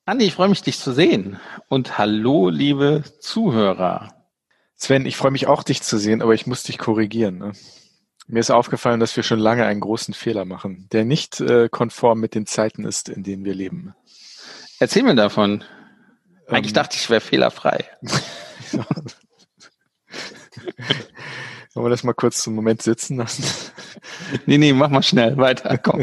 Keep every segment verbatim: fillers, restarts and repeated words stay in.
Andi, ich freue mich, dich zu sehen. Und hallo, liebe Zuhörer. Sven, ich freue mich auch, dich zu sehen, aber ich muss dich korrigieren. Ne? Mir ist aufgefallen, dass wir schon lange einen großen Fehler machen, der nicht äh, konform mit den Zeiten ist, in denen wir leben. Erzähl mir davon. Eigentlich Ähm, dachte ich, ich wäre fehlerfrei. Sollen wir das mal kurz zum Moment sitzen lassen? Nee, nee, mach mal schnell weiter. Komm.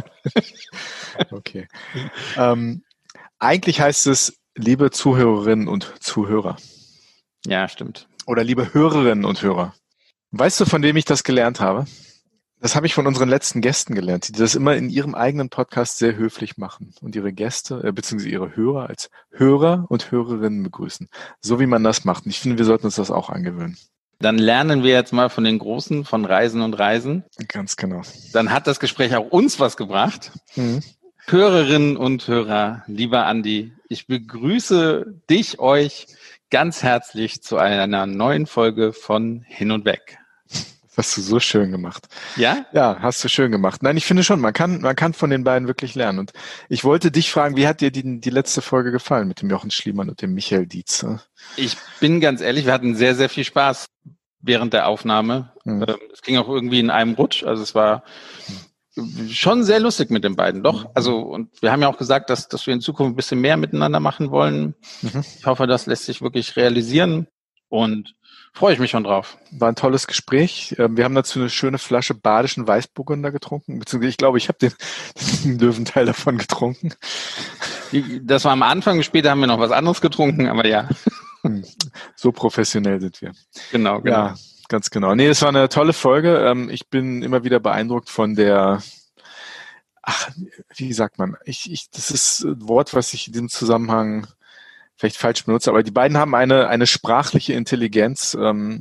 Okay. Ähm, eigentlich heißt es, liebe Zuhörerinnen und Zuhörer. Ja, stimmt. Oder liebe Hörerinnen und Hörer. Weißt du, von wem ich das gelernt habe? Das habe ich von unseren letzten Gästen gelernt, die das immer in ihrem eigenen Podcast sehr höflich machen und ihre Gäste, äh, beziehungsweise ihre Hörer als Hörer und Hörerinnen begrüßen. So wie man das macht. Und ich finde, wir sollten uns das auch angewöhnen. Dann lernen wir jetzt mal von den Großen, von Reisen und Reisen. Ganz genau. Dann hat das Gespräch auch uns was gebracht. Mhm. Hörerinnen und Hörer, lieber Andi, ich begrüße dich, euch ganz herzlich zu einer neuen Folge von Hin und Weg. Das hast du so schön gemacht. Ja? Ja, hast du schön gemacht. Nein, ich finde schon, man kann, man kann von den beiden wirklich lernen. Und ich wollte dich fragen, wie hat dir die, die letzte Folge gefallen mit dem Jochen Schliemann und dem Michael Dietz? Ich bin ganz ehrlich, wir hatten sehr, sehr viel Spaß während der Aufnahme. Mhm. Es ging auch irgendwie in einem Rutsch. Also es war schon sehr lustig mit den beiden, doch. Also, und wir haben ja auch gesagt, dass, dass wir in Zukunft ein bisschen mehr miteinander machen wollen. Mhm. Ich hoffe, das lässt sich wirklich realisieren und freue ich mich schon drauf. War ein tolles Gespräch. Wir haben dazu eine schöne Flasche badischen Weißburgunder getrunken, beziehungsweise ich glaube, ich habe den, den Löwenteil davon getrunken. Das war am Anfang, später haben wir noch was anderes getrunken, aber ja. So professionell sind wir. Genau, genau. Ja. Ganz genau. Nee, es war eine tolle Folge. Ich bin immer wieder beeindruckt von der, ach, wie sagt man? Ich, ich, das ist ein Wort, was ich in diesem Zusammenhang vielleicht falsch benutze, aber die beiden haben eine, eine sprachliche Intelligenz,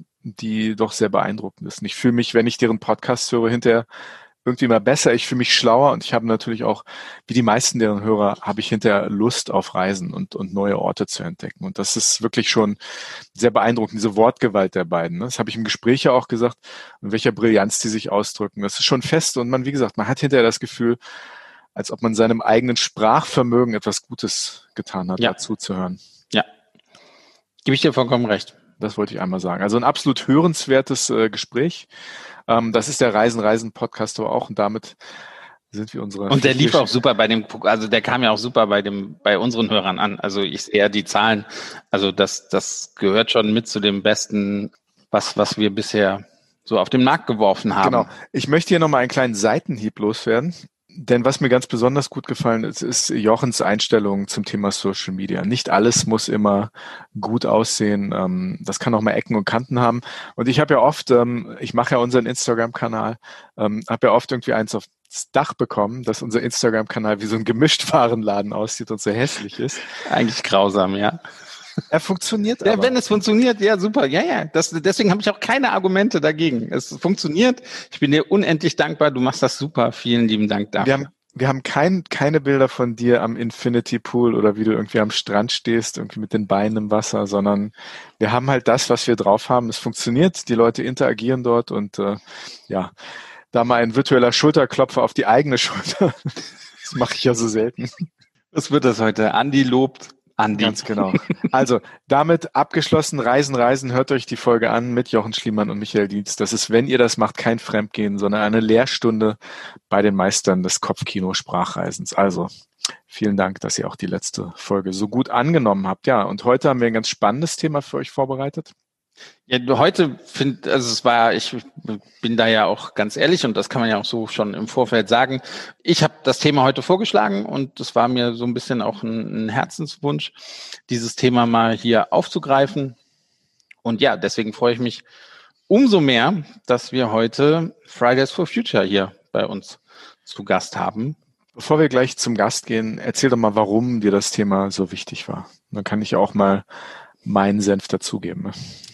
die doch sehr beeindruckend ist. Und ich fühle mich, wenn ich deren Podcast höre, hinterher irgendwie mal besser. Ich fühle mich schlauer und ich habe natürlich auch, wie die meisten deren Hörer, habe ich hinterher Lust auf Reisen und, und neue Orte zu entdecken. Und das ist wirklich schon sehr beeindruckend, diese Wortgewalt der beiden. Das habe ich im Gespräch ja auch gesagt, in welcher Brillanz die sich ausdrücken. Das ist schon fest und man, wie gesagt, man hat hinterher das Gefühl, als ob man seinem eigenen Sprachvermögen etwas Gutes getan hat, ja. dazu zu hören. Ja, gebe ich dir vollkommen recht. Das wollte ich einmal sagen. Also ein absolut hörenswertes äh, Gespräch. Ähm, das ist der Reisen, Reisen Podcast aber auch und damit sind wir unsere. Und der lief auch super bei dem, also der kam ja auch super bei dem, bei unseren Hörern an. Also ich sehe ja die Zahlen. Also das, das gehört schon mit zu dem Besten, was, was wir bisher so auf den Markt geworfen haben. Genau. Ich möchte hier nochmal einen kleinen Seitenhieb loswerden. Denn was mir ganz besonders gut gefallen ist, ist Jochens Einstellung zum Thema Social Media. Nicht alles muss immer gut aussehen. Das kann auch mal Ecken und Kanten haben. Und ich habe ja oft, ich mache ja unseren Instagram-Kanal, habe ja oft irgendwie eins aufs Dach bekommen, dass unser Instagram-Kanal wie so ein Gemischtwarenladen aussieht und so hässlich ist. Eigentlich grausam, ja. Er funktioniert ja, aber. Wenn es funktioniert, ja, super. Ja, ja. Das, deswegen habe ich auch keine Argumente dagegen. Es funktioniert. Ich bin dir unendlich dankbar. Du machst das super. Vielen lieben Dank dafür. Wir haben, wir haben kein, keine Bilder von dir am Infinity Pool oder wie du irgendwie am Strand stehst, irgendwie mit den Beinen im Wasser, sondern wir haben halt das, was wir drauf haben. Es funktioniert. Die Leute interagieren dort und äh, ja, da mal ein virtueller Schulterklopfer auf die eigene Schulter. Das mache ich ja so selten. Was wird das heute? Andi lobt Andi. Ganz genau. Also damit abgeschlossen, Reisen, Reisen, hört euch die Folge an mit Jochen Schliemann und Michael Dietz. Das ist, wenn ihr das macht, kein Fremdgehen, sondern eine Lehrstunde bei den Meistern des Kopfkino-Sprachreisens. Also vielen Dank, dass ihr auch die letzte Folge so gut angenommen habt. Ja, und heute haben wir ein ganz spannendes Thema für euch vorbereitet. Ja, heute finde, also es war, ich bin da ja auch ganz ehrlich und das kann man ja auch so schon im Vorfeld sagen. Ich habe das Thema heute vorgeschlagen und es war mir so ein bisschen auch ein, ein Herzenswunsch, dieses Thema mal hier aufzugreifen. Und ja, deswegen freue ich mich umso mehr, dass wir heute Fridays for Future hier bei uns zu Gast haben. Bevor wir gleich zum Gast gehen, erzähl doch mal, warum dir das Thema so wichtig war. Dann kann ich ja auch mal meinen Senf dazugeben.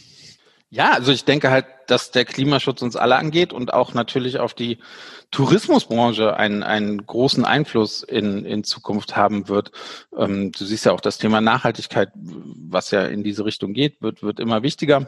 Ja, also ich denke halt, dass der Klimaschutz uns alle angeht und auch natürlich auf die Tourismusbranche einen, einen großen Einfluss in, in Zukunft haben wird. Ähm, du siehst ja auch das Thema Nachhaltigkeit, was ja in diese Richtung geht, wird, wird immer wichtiger.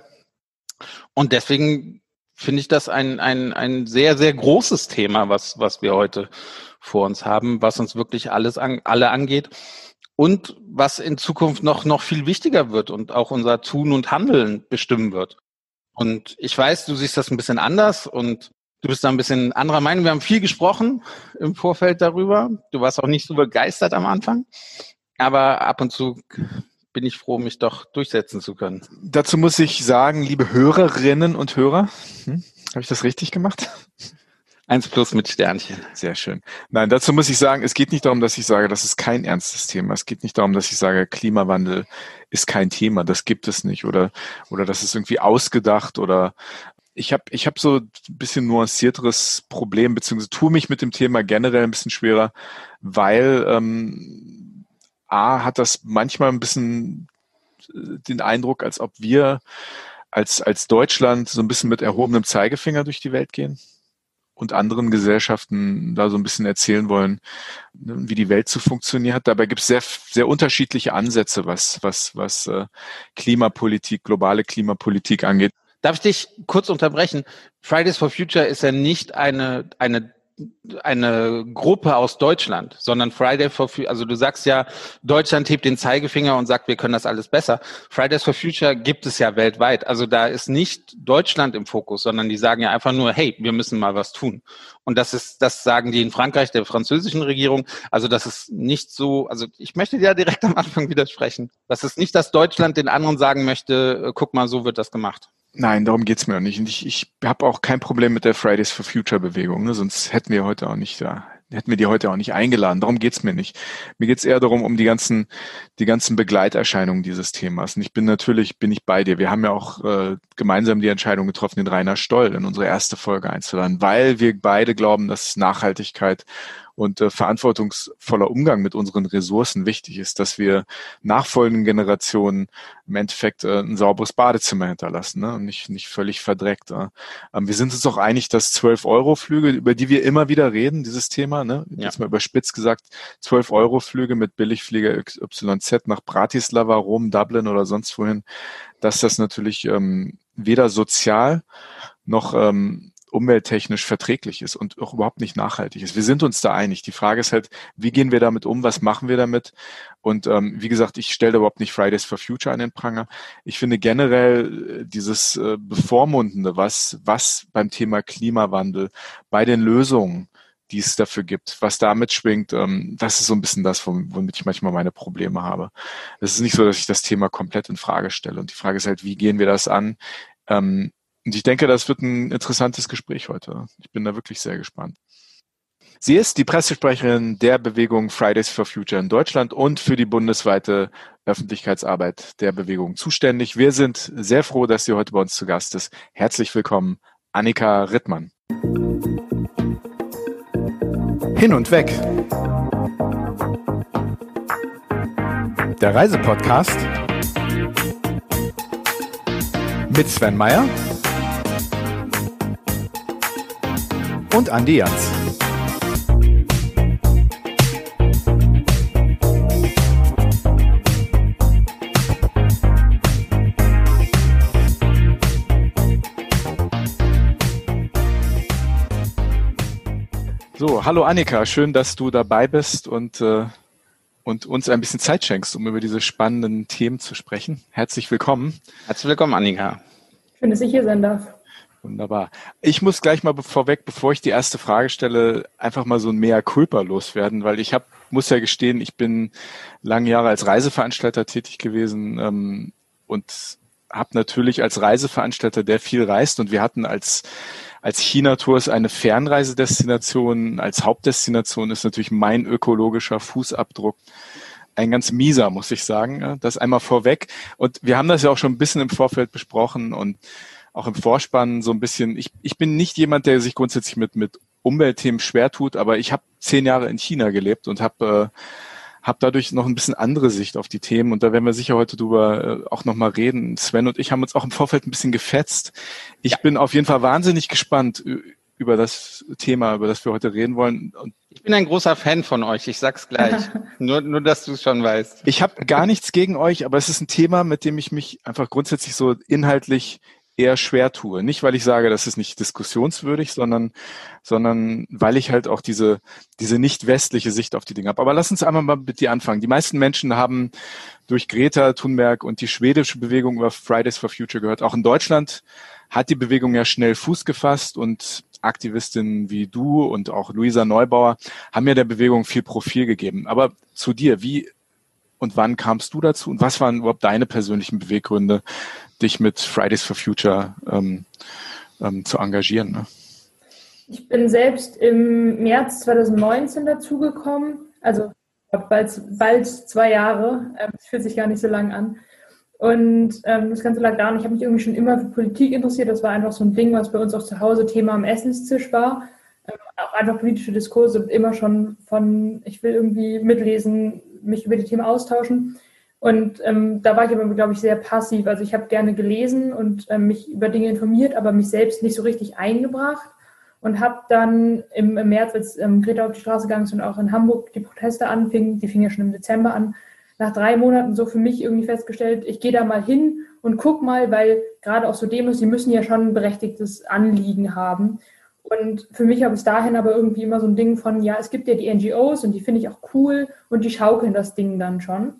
Und deswegen finde ich das ein, ein, ein sehr, sehr großes Thema, was, was wir heute vor uns haben, was uns wirklich alles an, alle angeht. und was in Zukunft noch, noch viel wichtiger wird und auch unser Tun und Handeln bestimmen wird. Und ich weiß, du siehst das ein bisschen anders und du bist da ein bisschen anderer Meinung. Wir haben viel gesprochen im Vorfeld darüber. Du warst auch nicht so begeistert am Anfang, aber ab und zu bin ich froh, mich doch durchsetzen zu können. Dazu muss ich sagen, liebe Hörerinnen und Hörer, hm, habe ich das richtig gemacht? Eins plus mit Sternchen. Sehr schön. Nein, dazu muss ich sagen, es geht nicht darum, dass ich sage, das ist kein ernstes Thema. Es geht nicht darum, dass ich sage, Klimawandel ist kein Thema. Das gibt es nicht. Oder, oder das ist irgendwie ausgedacht. Oder ich habe ich hab so ein bisschen nuancierteres Problem, beziehungsweise tue mich mit dem Thema generell ein bisschen schwerer, weil ähm, A, hat das manchmal ein bisschen den Eindruck, als ob wir als, als Deutschland so ein bisschen mit erhobenem Zeigefinger durch die Welt gehen und anderen Gesellschaften da so ein bisschen erzählen wollen, wie die Welt zu funktionieren hat. Dabei gibt es sehr, sehr unterschiedliche Ansätze, was, was, was äh, Klimapolitik, globale Klimapolitik angeht. Darf ich dich kurz unterbrechen? Fridays for Future ist ja nicht eine, eine eine Gruppe aus Deutschland, sondern Friday for Future, also du sagst ja, Deutschland hebt den Zeigefinger und sagt, wir können das alles besser. Fridays for Future gibt es ja weltweit. Also da ist nicht Deutschland im Fokus, sondern die sagen ja einfach nur, hey, wir müssen mal was tun. Und das ist, das sagen die in Frankreich, der französischen Regierung. Also das ist nicht so, also ich möchte dir ja direkt am Anfang widersprechen. Das ist nicht, dass Deutschland den anderen sagen möchte, guck mal, so wird das gemacht. Nein, darum geht's mir auch nicht. Und ich, ich habe auch kein Problem mit der Fridays for Future Bewegung, ne? Sonst hätten wir heute auch nicht da, hätten wir die heute auch nicht eingeladen. Darum geht's mir nicht. Mir geht's eher darum, um die ganzen, die ganzen Begleiterscheinungen dieses Themas. Und ich bin natürlich, bin ich bei dir. Wir haben ja auch äh, gemeinsam die Entscheidung getroffen, den Rainer Stoll in unsere erste Folge einzuladen, weil wir beide glauben, dass Nachhaltigkeit und äh, verantwortungsvoller Umgang mit unseren Ressourcen wichtig ist, dass wir nachfolgenden Generationen im Endeffekt äh, ein sauberes Badezimmer hinterlassen, ne? Und nicht, nicht völlig verdreckt. Äh. Ähm, wir sind uns auch einig, dass zwölf-Euro-Flüge, über die wir immer wieder reden, dieses Thema, ne? Ja. Jetzt mal überspitzt gesagt, zwölf-Euro-Flüge mit Billigflieger X Y Z nach Bratislava, Rom, Dublin oder sonst wohin, dass das natürlich ähm, weder sozial noch ähm, umwelttechnisch verträglich ist und auch überhaupt nicht nachhaltig ist. Wir sind uns da einig. Die Frage ist halt, wie gehen wir damit um? Was machen wir damit? Und ähm, wie gesagt, ich stelle da überhaupt nicht Fridays for Future an den Pranger. Ich finde generell dieses äh, Bevormundende, was, was beim Thema Klimawandel, bei den Lösungen, die es dafür gibt, was da mitschwingt, ähm, das ist so ein bisschen das, womit ich manchmal meine Probleme habe. Es ist nicht so, dass ich das Thema komplett in Frage stelle. Und die Frage ist halt, wie gehen wir das an? Ähm, Und ich denke, das wird ein interessantes Gespräch heute. Ich bin da wirklich sehr gespannt. Sie ist die Pressesprecherin der Bewegung Fridays for Future in Deutschland und für die bundesweite Öffentlichkeitsarbeit der Bewegung zuständig. Wir sind sehr froh, dass sie heute bei uns zu Gast ist. Herzlich willkommen, Annika Rittmann. Hin und weg. Der Reisepodcast mit Sven Meyer und Andi Jans. So, hallo Annika, schön, dass du dabei bist und, äh, und uns ein bisschen Zeit schenkst, um über diese spannenden Themen zu sprechen. Herzlich willkommen. Herzlich willkommen, Annika. Schön, dass ich hier sein darf. Wunderbar. Ich muss gleich mal vorweg, bevor ich die erste Frage stelle, einfach mal so ein Mea culpa loswerden, weil ich hab, muss ja gestehen, ich bin lange Jahre als Reiseveranstalter tätig gewesen ähm, und habe natürlich als Reiseveranstalter, der viel reist, und wir hatten als als China-Tours eine Fernreisedestination, als Hauptdestination ist natürlich mein ökologischer Fußabdruck ein ganz mieser, muss ich sagen. Das einmal vorweg. Und wir haben das ja auch schon ein bisschen im Vorfeld besprochen und auch im Vorspann so ein bisschen. Ich, ich bin nicht jemand, der sich grundsätzlich mit, mit Umweltthemen schwer tut, aber ich habe zehn Jahre in China gelebt und habe äh, hab dadurch noch ein bisschen andere Sicht auf die Themen. Und da werden wir sicher heute drüber äh, auch nochmal reden. Sven und ich haben uns auch im Vorfeld ein bisschen gefetzt. Ich ja. bin auf jeden Fall wahnsinnig gespannt über das Thema, über das wir heute reden wollen. Und ich bin ein großer Fan von euch, ich sag's gleich. nur, nur, dass du es schon weißt. Ich habe gar nichts gegen euch, aber es ist ein Thema, mit dem ich mich einfach grundsätzlich so inhaltlich eher schwer tue. Nicht, weil ich sage, das ist nicht diskussionswürdig, sondern, sondern weil ich halt auch diese, diese nicht westliche Sicht auf die Dinge habe. Aber lass uns einmal mal mit dir anfangen. Die meisten Menschen haben durch Greta Thunberg und die schwedische Bewegung über Fridays for Future gehört. Auch in Deutschland hat die Bewegung ja schnell Fuß gefasst und Aktivistinnen wie du und auch Luisa Neubauer haben ja der Bewegung viel Profil gegeben. Aber zu dir, wie und wann kamst du dazu und was waren überhaupt deine persönlichen Beweggründe, dich mit Fridays for Future ähm, ähm, zu engagieren? Ne? Ich bin selbst im März zwanzig neunzehn dazugekommen, also bald, bald zwei Jahre, ähm, das fühlt sich gar nicht so lang an. Und ähm, das Ganze lag daran, ich habe mich irgendwie schon immer für Politik interessiert. Das war einfach so ein Ding, was bei uns auch zu Hause Thema am Essenstisch war. Ähm, auch einfach politische Diskurse und immer schon von, ich will irgendwie mitlesen, mich über die Themen austauschen. Und ähm, da war ich aber, glaube ich, sehr passiv. Also ich habe gerne gelesen und ähm, mich über Dinge informiert, aber mich selbst nicht so richtig eingebracht. Und habe dann im, im März, als ähm, Greta auf die Straße gegangen ist und auch in Hamburg die Proteste anfingen, die fingen ja schon im Dezember an, nach drei Monaten so für mich irgendwie festgestellt, ich gehe da mal hin und guck mal, weil gerade auch so Demos, die müssen ja schon ein berechtigtes Anliegen haben. Und für mich habe ich dahin aber irgendwie immer so ein Ding von, ja, es gibt ja die N G Os und die finde ich auch cool und die schaukeln das Ding dann schon.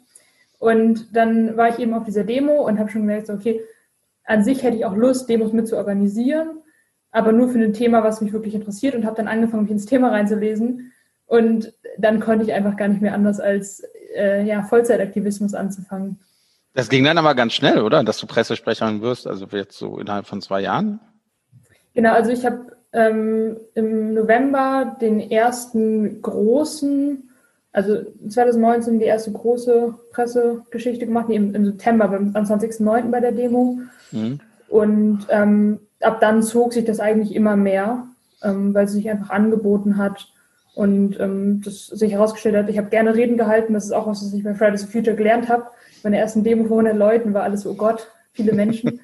Und dann war ich eben auf dieser Demo und habe schon gemerkt, so, okay, an sich hätte ich auch Lust, Demos mit zu organisieren, aber nur für ein Thema, was mich wirklich interessiert, und habe dann angefangen, mich ins Thema reinzulesen. Und dann konnte ich einfach gar nicht mehr anders als äh, ja, Vollzeitaktivismus anzufangen. Das ging dann aber ganz schnell, oder? Dass du Pressesprecherin wirst, also jetzt so innerhalb von zwei Jahren? Genau, also ich habe ähm, im November den ersten großen, also zwanzig neunzehn die erste große Pressegeschichte gemacht, nee, im, im September, beim, am zwanzigsten neunten bei der Demo. Mhm. Und ähm, ab dann zog sich das eigentlich immer mehr, ähm, weil es sich einfach angeboten hat. Und ähm, das sich herausgestellt hat, ich habe gerne Reden gehalten. Das ist auch was, was ich bei Fridays for Future gelernt habe. Bei der ersten Demo vor hundert Leuten war alles so, oh Gott, viele Menschen.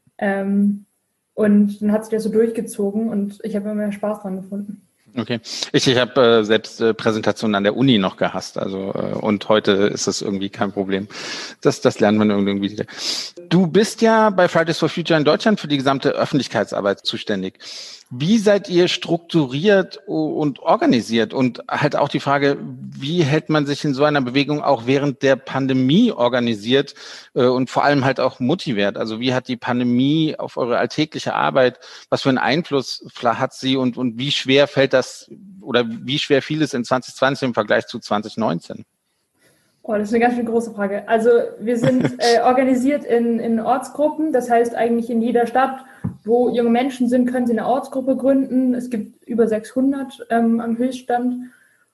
ähm, und dann hat sich das so durchgezogen und ich habe immer mehr Spaß dran gefunden. Okay. Ich, ich habe äh, selbst äh, Präsentationen an der Uni noch gehasst. Also äh, und heute ist das irgendwie kein Problem. Das, das lernt man irgendwie wieder. Du bist ja bei Fridays for Future in Deutschland für die gesamte Öffentlichkeitsarbeit zuständig. Wie seid ihr strukturiert und organisiert? Und halt auch die Frage, wie hält man sich in so einer Bewegung auch während der Pandemie organisiert äh, und vor allem halt auch motiviert? Also wie hat die Pandemie auf eure alltägliche Arbeit, was für einen Einfluss hat sie und, und wie schwer fällt das oder wie schwer fiel es in zwanzig zwanzig im Vergleich zu zwanzig neunzehn? Oh, das ist eine ganz schön große Frage. Also wir sind äh, organisiert in, in Ortsgruppen, das heißt eigentlich in jeder Stadt, wo junge Menschen sind, können sie eine Ortsgruppe gründen. Es gibt über sechshundert ähm, am Höchststand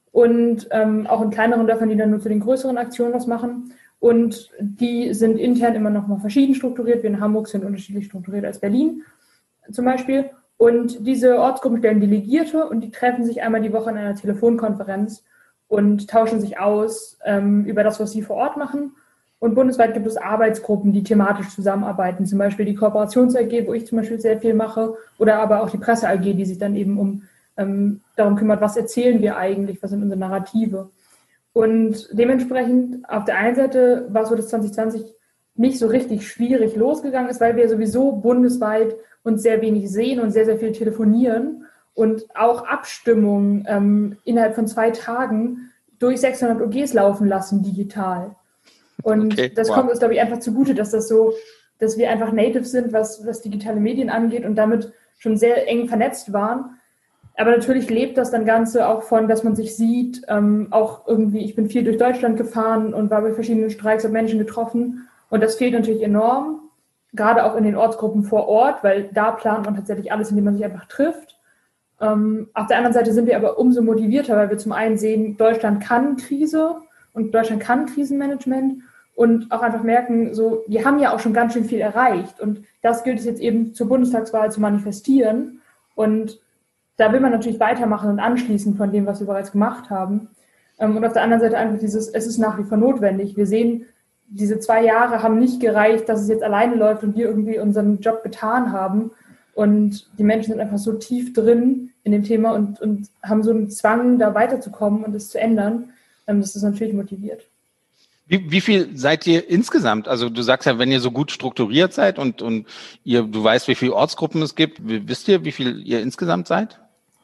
und ähm, auch in kleineren Dörfern, die dann nur zu den größeren Aktionen was machen. Und die sind intern immer noch mal verschieden strukturiert. Wir in Hamburg sind unterschiedlich strukturiert als Berlin zum Beispiel. Und diese Ortsgruppen stellen Delegierte und die treffen sich einmal die Woche in einer Telefonkonferenz und tauschen sich aus ähm, über das, was sie vor Ort machen. Und bundesweit gibt es Arbeitsgruppen, die thematisch zusammenarbeiten, zum Beispiel die Kooperations-A G, wo ich zum Beispiel sehr viel mache, oder aber auch die Presse-A G, die sich dann eben um ähm, darum kümmert, was erzählen wir eigentlich, was sind unsere Narrative. Und dementsprechend auf der einen Seite war es so, dass zwanzig zwanzig nicht so richtig schwierig losgegangen ist, weil wir sowieso bundesweit uns sehr wenig sehen und sehr, sehr viel telefonieren und auch Abstimmungen ähm, innerhalb von zwei Tagen durch sechshundert O Gs laufen lassen, digital. Und okay, das wow. kommt uns, glaube ich, einfach zugute, dass das so, dass wir einfach native sind, was, was digitale Medien angeht und damit schon sehr eng vernetzt waren. Aber natürlich lebt das dann Ganze auch von, dass man sich sieht, ähm, auch irgendwie, ich bin viel durch Deutschland gefahren und war bei verschiedenen Streiks und Menschen getroffen. Und das fehlt natürlich enorm, gerade auch in den Ortsgruppen vor Ort, weil da plant man tatsächlich alles, indem man sich einfach trifft. Ähm, auf der anderen Seite sind wir aber umso motivierter, weil wir zum einen sehen, Deutschland kann Krise und Deutschland kann Krisenmanagement und auch einfach merken, so, wir haben ja auch schon ganz schön viel erreicht und das gilt es jetzt eben zur Bundestagswahl zu manifestieren und da will man natürlich weitermachen und anschließen von dem, was wir bereits gemacht haben. Ähm, und auf der anderen Seite einfach dieses, es ist nach wie vor notwendig. Wir sehen, diese zwei Jahre haben nicht gereicht, dass es jetzt alleine läuft und wir irgendwie unseren Job getan haben. Und die Menschen sind einfach so tief drin in dem Thema und, und haben so einen Zwang, da weiterzukommen und es zu ändern, dass das natürlich motiviert. Wie, wie viel seid ihr insgesamt? Also du sagst ja, wenn ihr so gut strukturiert seid und, und ihr, du weißt, wie viele Ortsgruppen es gibt, wisst ihr, wie viel ihr insgesamt seid?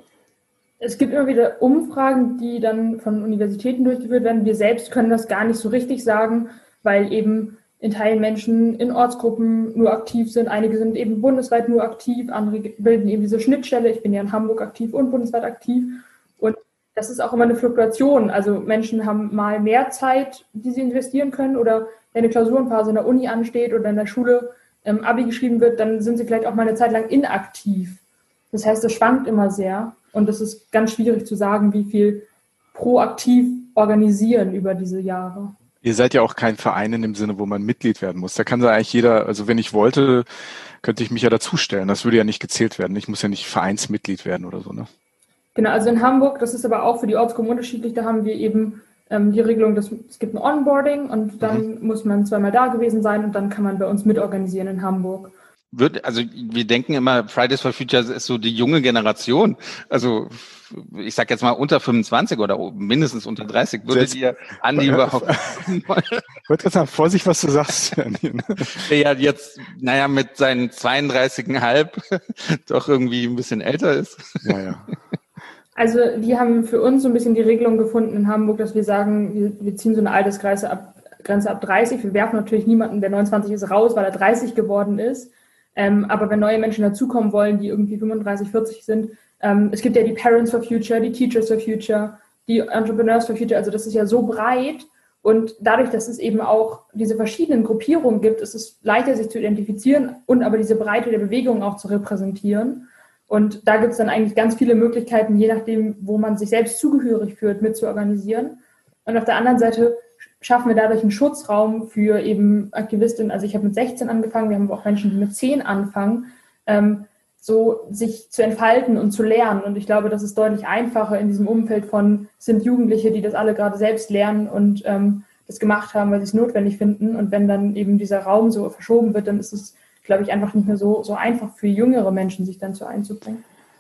Es gibt immer wieder Umfragen, die dann von Universitäten durchgeführt werden. Wir selbst können das gar nicht so richtig sagen, weil eben in Teilen Menschen in Ortsgruppen nur aktiv sind. Einige sind eben bundesweit nur aktiv, andere bilden eben diese Schnittstelle. Ich bin ja in Hamburg aktiv und bundesweit aktiv. Und das ist auch immer eine Fluktuation. Also Menschen haben mal mehr Zeit, die sie investieren können, oder wenn eine Klausurenphase in der Uni ansteht oder in der Schule ähm, Abi geschrieben wird, dann sind sie vielleicht auch mal eine Zeit lang inaktiv. Das heißt, es schwankt immer sehr und es ist ganz schwierig zu sagen, wie viel proaktiv organisieren über diese Jahre. Ihr seid ja auch kein Verein in dem Sinne, wo man Mitglied werden muss. Da kann da eigentlich jeder, also wenn ich wollte, könnte ich mich ja dazustellen. Das würde ja nicht gezählt werden. Ich muss ja nicht Vereinsmitglied werden oder so, ne? Genau, also in Hamburg, das ist aber auch für die Ortsgruppen unterschiedlich, da haben wir eben ähm, die Regelung, dass es gibt ein Onboarding und dann mhm. muss man zweimal da gewesen sein und dann kann man bei uns mitorganisieren in Hamburg. Wird, also wir denken immer, Fridays for Future ist so die junge Generation. Also ich sag jetzt mal unter fünfundzwanzig oder mindestens unter dreißig. Würdet Jetzt, ihr Andi überhaupt... Ich wollte gerade sagen, Vorsicht, was du sagst, Andi. Der ja jetzt, naja, mit seinen zweiunddreißig Komma fünf doch irgendwie ein bisschen älter ist. Ja, ja. Also wir haben für uns so ein bisschen die Regelung gefunden in Hamburg, dass wir sagen, wir, wir ziehen so eine Altersgrenze ab, Grenze ab dreißig. Wir werfen natürlich niemanden, der neunundzwanzig ist, raus, weil er dreißig geworden ist. Ähm, aber wenn neue Menschen dazukommen wollen, die irgendwie fünfunddreißig, vierzig sind, ähm, es gibt ja die Parents for Future, die Teachers for Future, die Entrepreneurs for Future, also das ist ja so breit und dadurch, dass es eben auch diese verschiedenen Gruppierungen gibt, ist es leichter, sich zu identifizieren und aber diese Breite der Bewegung auch zu repräsentieren. Und da gibt es dann eigentlich ganz viele Möglichkeiten, je nachdem, wo man sich selbst zugehörig fühlt, mitzuorganisieren. Und auf der anderen Seite schaffen wir dadurch einen Schutzraum für eben Aktivistinnen. Also ich habe mit sechzehn angefangen, wir haben auch Menschen, die mit zehn anfangen, ähm, so sich zu entfalten und zu lernen. Und ich glaube, das ist deutlich einfacher in diesem Umfeld von, sind Jugendliche, die das alle gerade selbst lernen und ähm, das gemacht haben, weil sie es notwendig finden. Und wenn dann eben dieser Raum so verschoben wird, dann ist es, glaube ich, einfach nicht mehr so, so einfach für jüngere Menschen, sich dann so einzubringen.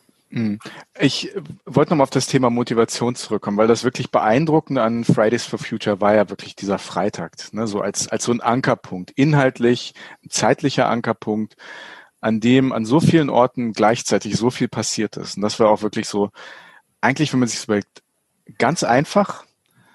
Ich wollte nochmal auf das Thema Motivation zurückkommen, weil das wirklich Beeindruckende an Fridays for Future war ja wirklich dieser Freitag, ne, so als, als so ein Ankerpunkt, inhaltlich, ein zeitlicher Ankerpunkt, an dem an so vielen Orten gleichzeitig so viel passiert ist. Und das war auch wirklich so, eigentlich, wenn man sich das überlegt, ganz einfach,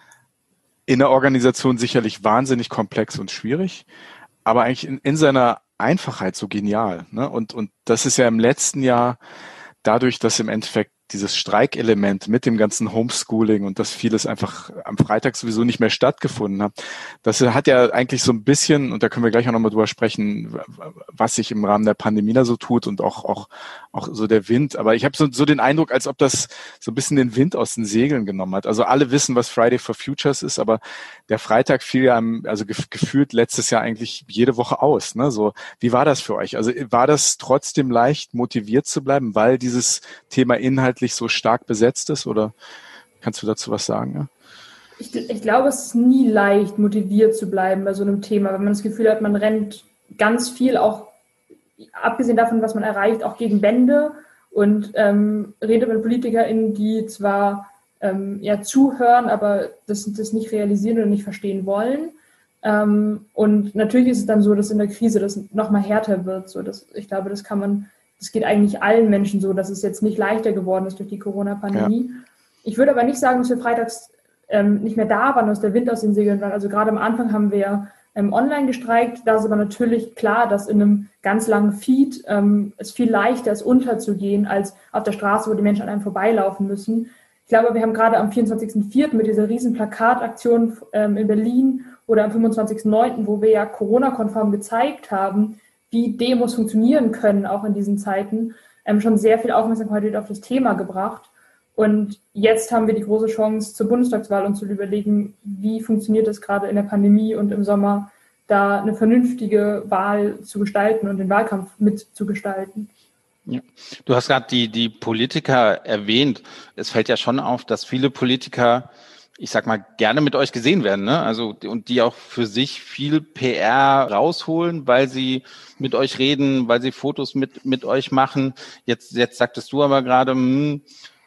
in der Organisation sicherlich wahnsinnig komplex und schwierig, aber eigentlich in, in seiner Einfachheit so genial. Ne? Und, und das ist ja im letzten Jahr dadurch, dass im Endeffekt dieses Streikelement mit dem ganzen Homeschooling und dass vieles einfach am Freitag sowieso nicht mehr stattgefunden hat, das hat ja eigentlich so ein bisschen, und da können wir gleich auch nochmal drüber sprechen, was sich im Rahmen der Pandemie da so tut und auch auch auch so der Wind. Aber ich habe so, so den Eindruck, als ob das so ein bisschen den Wind aus den Segeln genommen hat. Also alle wissen, was Friday for Futures ist, aber der Freitag fiel ja, also gefühlt letztes Jahr eigentlich jede Woche aus. Ne? So, wie war das für euch? Also war das trotzdem leicht, motiviert zu bleiben, weil dieses Thema inhaltlich so stark besetzt ist, oder kannst du dazu was sagen? Ja? Ich, ich glaube, es ist nie leicht, motiviert zu bleiben bei so einem Thema, wenn man das Gefühl hat, man rennt ganz viel, auch abgesehen davon, was man erreicht, auch gegen Wände und ähm, redet mit PolitikerInnen, die zwar ähm, ja zuhören, aber das, das nicht realisieren oder nicht verstehen wollen. Ähm, und natürlich ist es dann so, dass in der Krise das nochmal härter wird. So, dass, ich glaube, das kann man Das geht eigentlich allen Menschen so, dass es jetzt nicht leichter geworden ist durch die Corona-Pandemie. Ja. Ich würde aber nicht sagen, dass wir freitags ähm, nicht mehr da waren, dass der Wind aus den Segeln war. Also gerade am Anfang haben wir ähm, online gestreikt. Da ist aber natürlich klar, dass in einem ganz langen Feed ähm, es viel leichter ist, unterzugehen, als auf der Straße, wo die Menschen an einem vorbeilaufen müssen. Ich glaube, wir haben gerade am vierundzwanzigsten vierten mit dieser riesen Plakataktion ähm, in Berlin oder am fünfundzwanzigsten neunten, wo wir ja Corona-konform gezeigt haben, wie Demos funktionieren können, auch in diesen Zeiten, ähm, schon sehr viel Aufmerksamkeit auf das Thema gebracht. Und jetzt haben wir die große Chance zur Bundestagswahl und zu überlegen, wie funktioniert das gerade in der Pandemie und im Sommer, da eine vernünftige Wahl zu gestalten und den Wahlkampf mitzugestalten. Ja. Du hast gerade die, die Politiker erwähnt. Es fällt ja schon auf, dass viele Politiker, ich sag mal, gerne mit euch gesehen werden, ne? Also, und die auch für sich viel P R rausholen, weil sie mit euch reden, weil sie Fotos mit, mit euch machen. Jetzt, jetzt sagtest du aber gerade, hm,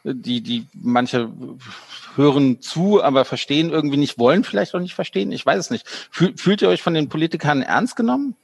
die, die manche hören zu, aber verstehen irgendwie nicht, wollen vielleicht auch nicht verstehen. Ich weiß es nicht. Fühl, fühlt ihr euch von den Politikern ernst genommen?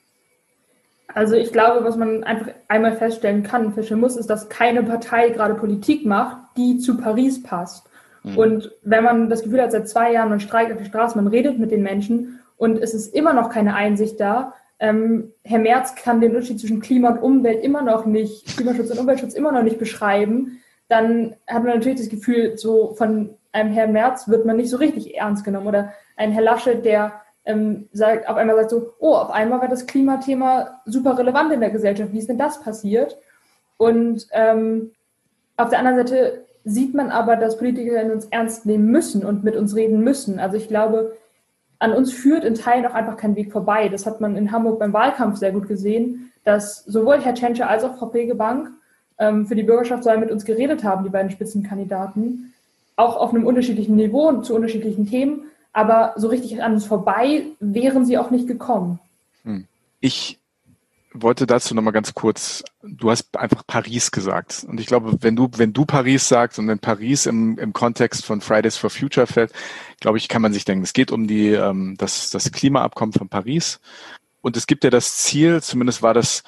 Also ich glaube, was man einfach einmal feststellen kann, feststellen muss, ist, dass keine Partei gerade Politik macht, die zu Paris passt. Mhm. Und wenn man das Gefühl hat, seit zwei Jahren, man streikt auf der Straße, man redet mit den Menschen und es ist immer noch keine Einsicht da, ähm, Herr Merz kann den Unterschied zwischen Klima und Umwelt immer noch nicht, Klimaschutz und Umweltschutz immer noch nicht beschreiben, dann hat man natürlich das Gefühl, so von einem Herrn Merz wird man nicht so richtig ernst genommen. Oder ein Herr Laschet, der ähm, sagt, auf einmal sagt so, oh, auf einmal war das Klimathema super relevant in der Gesellschaft. Wie ist denn das passiert? Und ähm, auf der anderen Seite sieht man aber, dass Politiker uns ernst nehmen müssen und mit uns reden müssen. Also ich glaube, an uns führt in Teilen auch einfach kein Weg vorbei. Das hat man in Hamburg beim Wahlkampf sehr gut gesehen, dass sowohl Herr Tschentscher als auch Frau Pegebank ähm, für die Bürgerschaft sollen mit uns geredet haben, die beiden Spitzenkandidaten, auch auf einem unterschiedlichen Niveau und zu unterschiedlichen Themen, aber so richtig an uns vorbei wären sie auch nicht gekommen. Hm. Ich wollte dazu nochmal ganz kurz, du hast einfach Paris gesagt. Und ich glaube, wenn du, wenn du Paris sagst und wenn Paris im, im Kontext von Fridays for Future fällt, glaube ich, kann man sich denken, es geht um die, ähm, das, das Klimaabkommen von Paris. Und es gibt ja das Ziel, zumindest war das,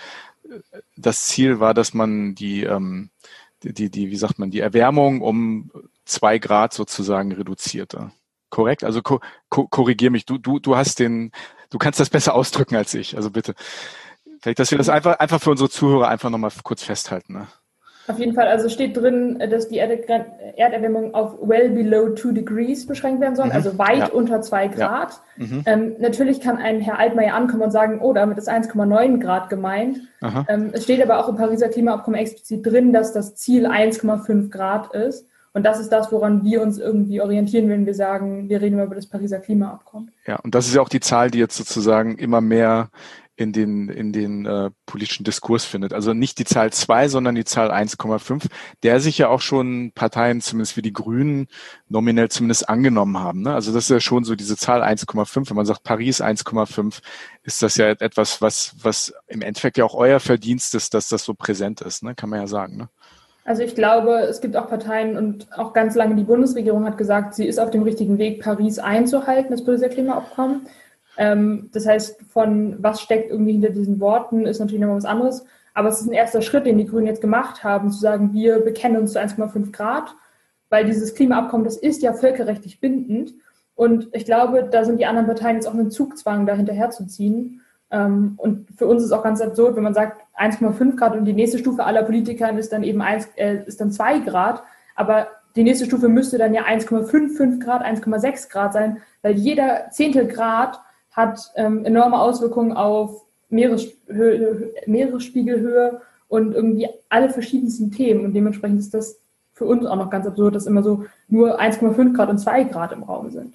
das Ziel war, dass man die, ähm, die, die, die, wie sagt man, die Erwärmung um zwei Grad sozusagen reduziert. Korrekt? Also ko- ko- korrigier mich. Du, du, du hast den, du kannst das besser ausdrücken als ich. Also bitte. Vielleicht, dass wir das einfach, einfach für unsere Zuhörer einfach nochmal kurz festhalten. Ne? Auf jeden Fall. Also steht drin, dass die Erde- Erderwärmung auf well below two degrees beschränkt werden soll, mhm. also weit ja. unter zwei Grad. Ja. Mhm. Ähm, natürlich kann ein Herr Altmaier ankommen und sagen, oh, damit ist eins Komma neun Grad gemeint. Ähm, es steht aber auch im Pariser Klimaabkommen explizit drin, dass das Ziel eins Komma fünf Grad ist. Und das ist das, woran wir uns irgendwie orientieren, wenn wir sagen, wir reden über das Pariser Klimaabkommen. Ja, und das ist ja auch die Zahl, die jetzt sozusagen immer mehr in den in den äh, politischen Diskurs findet. Also nicht die Zahl zwei, sondern die Zahl eins Komma fünf, der sich ja auch schon Parteien, zumindest wie die Grünen, nominell zumindest angenommen haben. Ne? Also das ist ja schon so diese Zahl eins Komma fünf. Wenn man sagt Paris eins Komma fünf, ist das ja etwas, was was im Endeffekt ja auch euer Verdienst ist, dass das so präsent ist. Ne? Kann man ja sagen. Ne? Also ich glaube, es gibt auch Parteien und auch ganz lange die Bundesregierung hat gesagt, sie ist auf dem richtigen Weg, Paris einzuhalten, das Pariser Klimaabkommen. Ähm, das heißt, von was steckt irgendwie hinter diesen Worten, ist natürlich noch was anderes. Aber es ist ein erster Schritt, den die Grünen jetzt gemacht haben, zu sagen, wir bekennen uns zu eins Komma fünf Grad, weil dieses Klimaabkommen, das ist ja völkerrechtlich bindend. Und ich glaube, da sind die anderen Parteien jetzt auch einen Zugzwang, da hinterherzuziehen. Ähm, und für uns ist es auch ganz absurd, wenn man sagt eins Komma fünf Grad und die nächste Stufe aller Politikern ist dann eben eins, äh, ist dann zwei Grad. Aber die nächste Stufe müsste dann ja eins Komma fünf fünf Grad, eins Komma sechs Grad sein, weil jeder Zehntel Grad hat ähm, enorme Auswirkungen auf Meereshöhe, Meeresspiegelhöhe und irgendwie alle verschiedensten Themen. Und dementsprechend ist das für uns auch noch ganz absurd, dass immer so nur eins Komma fünf Grad und zwei Grad im Raum sind.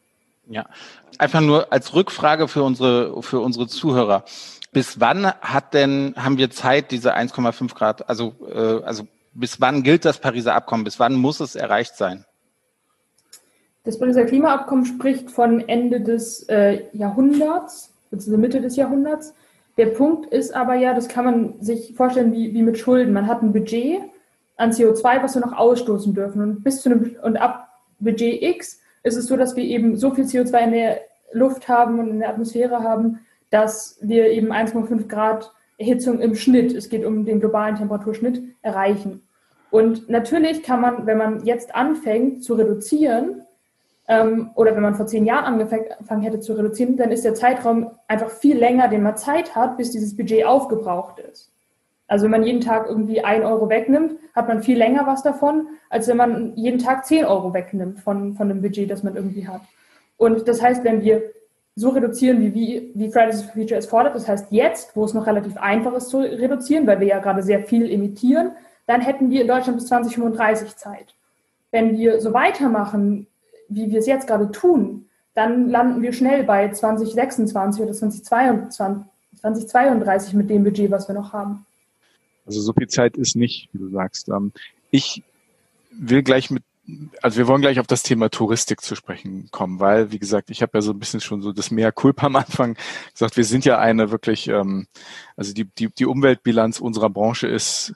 Ja, einfach nur als Rückfrage für unsere, für unsere Zuhörer. Bis wann hat denn, haben wir Zeit, diese eins Komma fünf Grad, also, äh, also bis wann gilt das Pariser Abkommen? Bis wann muss es erreicht sein? Das Pariser Klimaabkommen spricht von Ende des äh, Jahrhunderts, beziehungsweise Mitte des Jahrhunderts. Der Punkt ist aber ja, das kann man sich vorstellen wie, wie mit Schulden. Man hat ein Budget an C O zwei, was wir noch ausstoßen dürfen. Und bis zu einem, und ab Budget X ist es so, dass wir eben so viel C O zwei in der Luft haben und in der Atmosphäre haben, dass wir eben eins Komma fünf Grad Erhitzung im Schnitt, es geht um den globalen Temperaturschnitt, erreichen. Und natürlich kann man, wenn man jetzt anfängt zu reduzieren, ähm, oder wenn man vor zehn Jahren angefangen hätte zu reduzieren, dann ist der Zeitraum einfach viel länger, den man Zeit hat, bis dieses Budget aufgebraucht ist. Also wenn man jeden Tag irgendwie ein Euro wegnimmt, hat man viel länger was davon, als wenn man jeden Tag zehn Euro wegnimmt von, von dem Budget, das man irgendwie hat. Und das heißt, wenn wir so reduzieren, wie, wie, wie Fridays for Future es fordert, das heißt jetzt, wo es noch relativ einfach ist zu reduzieren, weil wir ja gerade sehr viel emittieren, dann hätten wir in Deutschland bis zwanzig fünfunddreißig Zeit. Wenn wir so weitermachen, wie wir es jetzt gerade tun, dann landen wir schnell bei zwanzig sechsundzwanzig oder zwanzig zweiunddreißig mit dem Budget, was wir noch haben. Also so viel Zeit ist nicht, wie du sagst. Ich will gleich mit, also wir wollen gleich auf das Thema Touristik zu sprechen kommen, weil, wie gesagt, ich habe ja so ein bisschen schon so das Mea culpa am Anfang gesagt, wir sind ja eine wirklich, also die, die, die Umweltbilanz unserer Branche ist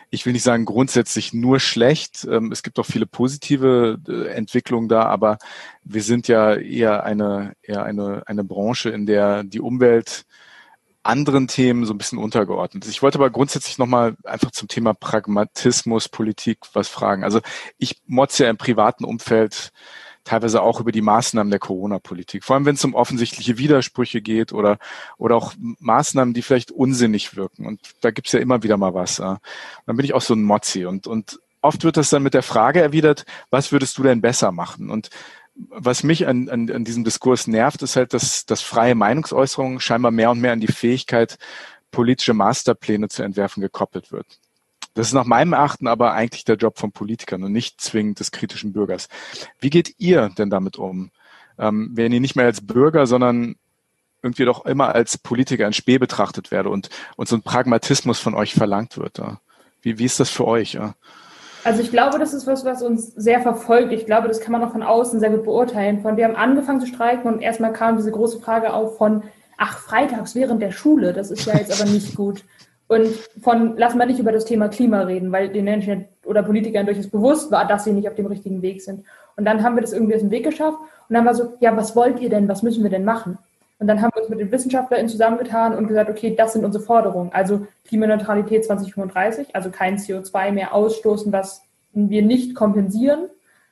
ich will nicht sagen grundsätzlich nur schlecht. Es gibt auch viele positive Entwicklungen da, aber wir sind ja eher eine, eher eine, eine Branche, in der die Umwelt anderen Themen so ein bisschen untergeordnet ist. Ich wollte aber grundsätzlich nochmal einfach zum Thema Pragmatismus, Politik was fragen. Also ich motze ja im privaten Umfeld teilweise auch über die Maßnahmen der Corona-Politik. Vor allem, wenn es um offensichtliche Widersprüche geht oder oder auch Maßnahmen, die vielleicht unsinnig wirken. Und da gibt's ja immer wieder mal was. Ja. Dann bin ich auch so ein Mozzi. Und, und oft wird das dann mit der Frage erwidert, was würdest du denn besser machen? Und was mich an, an, an diesem Diskurs nervt, ist halt, dass, dass freie Meinungsäußerung scheinbar mehr und mehr an die Fähigkeit, politische Masterpläne zu entwerfen, gekoppelt wird. Das ist nach meinem Erachten aber eigentlich der Job von Politikern und nicht zwingend des kritischen Bürgers. Wie geht ihr denn damit um? Ähm, wenn ihr nicht mehr als Bürger, sondern irgendwie doch immer als Politiker in Späh betrachtet werde und, und so ein Pragmatismus von euch verlangt wird? Ja? Wie, wie ist das für euch? Ja? Also ich glaube, das ist was, was uns sehr verfolgt. Ich glaube, das kann man auch von außen sehr gut beurteilen. Von, wir haben angefangen zu streiken und erstmal kam diese große Frage auf von, ach, freitags während der Schule, das ist ja jetzt aber nicht gut. Und von, lass mal nicht über das Thema Klima reden, weil den Menschen oder Politikern durchaus bewusst war, dass sie nicht auf dem richtigen Weg sind. Und dann haben wir das irgendwie aus dem Weg geschafft und dann war so, ja, was wollt ihr denn, was müssen wir denn machen? Und dann haben wir uns mit den WissenschaftlerInnen zusammengetan und gesagt, okay, das sind unsere Forderungen. Also Klimaneutralität zwanzig fünfunddreißig, also kein C O zwei mehr ausstoßen, was wir nicht kompensieren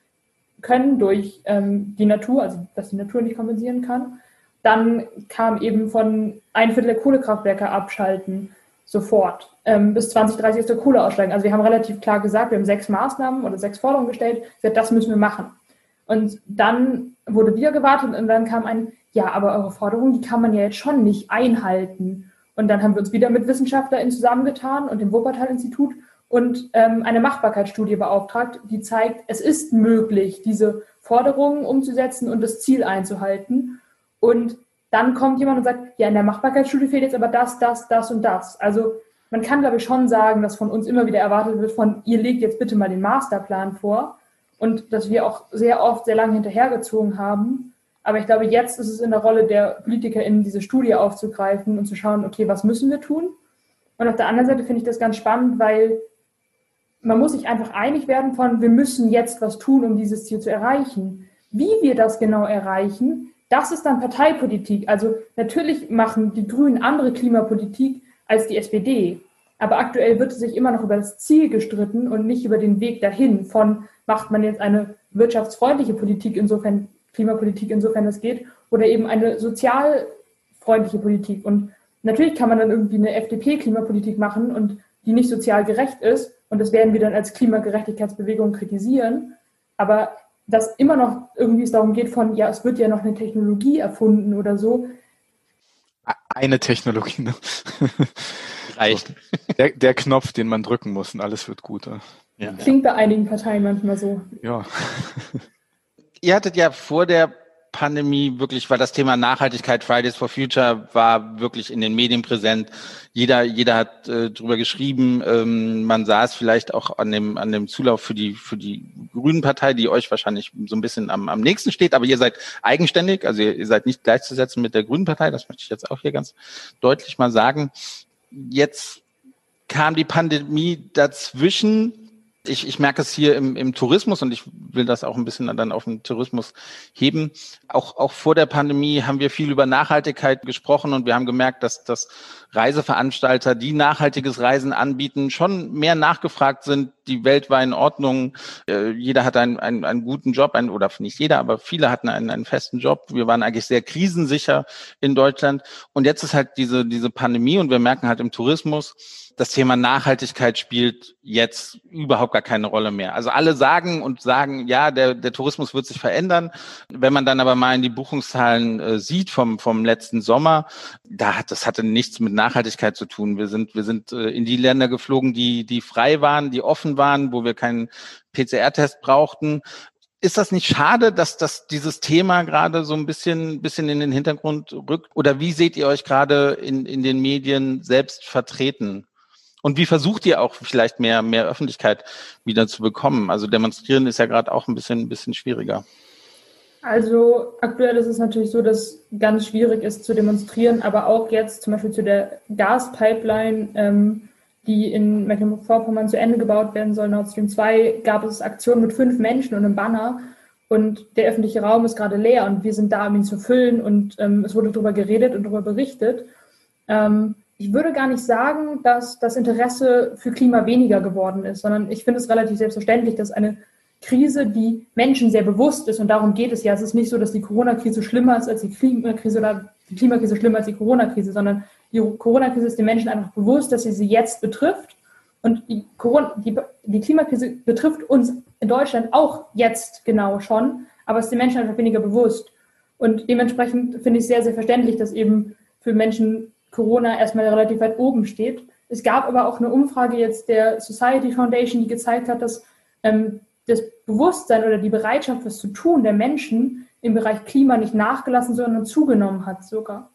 können durch ähm, die Natur, also dass die Natur nicht kompensieren kann. Dann kam eben von ein Viertel der Kohlekraftwerke abschalten, sofort. Ähm, bis zwanzig dreißig ist der Kohle aussteigen. Also wir haben relativ klar gesagt, wir haben sechs Maßnahmen oder sechs Forderungen gestellt, gesagt, das müssen wir machen. Und dann wurde wieder gewartet und dann kam ein, ja, aber eure Forderungen, die kann man ja jetzt schon nicht einhalten. Und dann haben wir uns wieder mit WissenschaftlerInnen zusammengetan und dem Wuppertal-Institut und ähm, eine Machbarkeitsstudie beauftragt, die zeigt, es ist möglich, diese Forderungen umzusetzen und das Ziel einzuhalten. Und dann kommt jemand und sagt, ja, in der Machbarkeitsstudie fehlt jetzt aber das, das, das und das. Also man kann, glaube ich, schon sagen, dass von uns immer wieder erwartet wird von, ihr legt jetzt bitte mal den Masterplan vor und dass wir auch sehr oft sehr lange hinterhergezogen haben. Aber ich glaube, jetzt ist es in der Rolle der PolitikerInnen, diese Studie aufzugreifen und zu schauen, okay, was müssen wir tun? Und auf der anderen Seite finde ich das ganz spannend, weil man muss sich einfach einig werden von, wir müssen jetzt was tun, um dieses Ziel zu erreichen. Wie wir das genau erreichen, das ist dann Parteipolitik. Also natürlich machen die Grünen andere Klimapolitik als die S P D. Aber aktuell wird sich immer noch über das Ziel gestritten und nicht über den Weg dahin von, macht man jetzt eine wirtschaftsfreundliche Politik, insofern Klimapolitik, insofern das geht, oder eben eine sozialfreundliche Politik. Und natürlich kann man dann irgendwie eine F D P-Klimapolitik machen und die nicht sozial gerecht ist. Und das werden wir dann als Klimagerechtigkeitsbewegung kritisieren. Aber dass immer noch irgendwie es darum geht von, ja, es wird ja noch eine Technologie erfunden oder so. Eine Technologie, ne? Reicht. So, der, der Knopf, den man drücken muss und alles wird gut. Ja. Klingt bei einigen Parteien manchmal so. Ja. Ihr hattet ja vor der Pandemie wirklich, weil das Thema Nachhaltigkeit, Fridays for Future war wirklich in den Medien präsent. Jeder, jeder hat äh, drüber geschrieben. Ähm, man sah es vielleicht auch an dem, an dem Zulauf für die, für die Grünen Partei, die euch wahrscheinlich so ein bisschen am, am nächsten steht. Aber ihr seid eigenständig, also ihr, ihr seid nicht gleichzusetzen mit der Grünen Partei. Das möchte ich jetzt auch hier ganz deutlich mal sagen. Jetzt kam die Pandemie dazwischen. Ich, ich merke es hier im, im Tourismus und ich will das auch ein bisschen dann auf den Tourismus heben. Auch, auch vor der Pandemie haben wir viel über Nachhaltigkeit gesprochen und wir haben gemerkt, dass, dass Reiseveranstalter, die nachhaltiges Reisen anbieten, schon mehr nachgefragt sind. Die Welt war in Ordnung. Äh, jeder hat einen, einen, einen guten Job, einen, oder nicht jeder, aber viele hatten einen, einen festen Job. Wir waren eigentlich sehr krisensicher in Deutschland. Und jetzt ist halt diese, diese Pandemie und wir merken halt im Tourismus, das Thema Nachhaltigkeit spielt jetzt überhaupt gar keine Rolle mehr. Also alle sagen und sagen, ja, der, der Tourismus wird sich verändern. Wenn man dann aber mal in die Buchungszahlen äh, sieht vom, vom letzten Sommer, da hat, das hatte nichts mit Nachhaltigkeit zu tun. Wir sind, wir sind äh, in die Länder geflogen, die, die frei waren, die offen waren, wo wir keinen P C R-Test brauchten. Ist das nicht schade, dass das dieses Thema gerade so ein bisschen, bisschen in den Hintergrund rückt? Oder wie seht ihr euch gerade in, in den Medien selbst vertreten? Und wie versucht ihr auch vielleicht mehr, mehr Öffentlichkeit wieder zu bekommen? Also demonstrieren ist ja gerade auch ein bisschen, ein bisschen schwieriger. Also aktuell ist es natürlich so, dass ganz schwierig ist zu demonstrieren, aber auch jetzt zum Beispiel zu der Gaspipeline, ähm, die in Mecklenburg-Vorpommern zu Ende gebaut werden soll, Nord Stream zwei, gab es Aktionen mit fünf Menschen und einem Banner. Und der öffentliche Raum ist gerade leer und wir sind da, um ihn zu füllen. Und ähm, es wurde darüber geredet und darüber berichtet. Ähm, ich würde gar nicht sagen, dass das Interesse für Klima weniger geworden ist, sondern ich finde es relativ selbstverständlich, dass eine Krise, die Menschen sehr bewusst ist, und darum geht es ja. Es ist nicht so, dass die Corona-Krise schlimmer ist als die Klimakrise oder die Klimakrise schlimmer als die Corona-Krise, sondern die Corona-Krise ist den Menschen einfach bewusst, dass sie sie jetzt betrifft. Und die, Corona, die, die Klimakrise betrifft uns in Deutschland auch jetzt genau schon, aber es ist den Menschen einfach weniger bewusst. Und dementsprechend finde ich es sehr, sehr verständlich, dass eben für Menschen Corona erstmal relativ weit oben steht. Es gab aber auch eine Umfrage jetzt der Society Foundation, die gezeigt hat, dass ähm, das Bewusstsein oder die Bereitschaft, was zu tun, der Menschen im Bereich Klima nicht nachgelassen, sondern zugenommen hat sogar.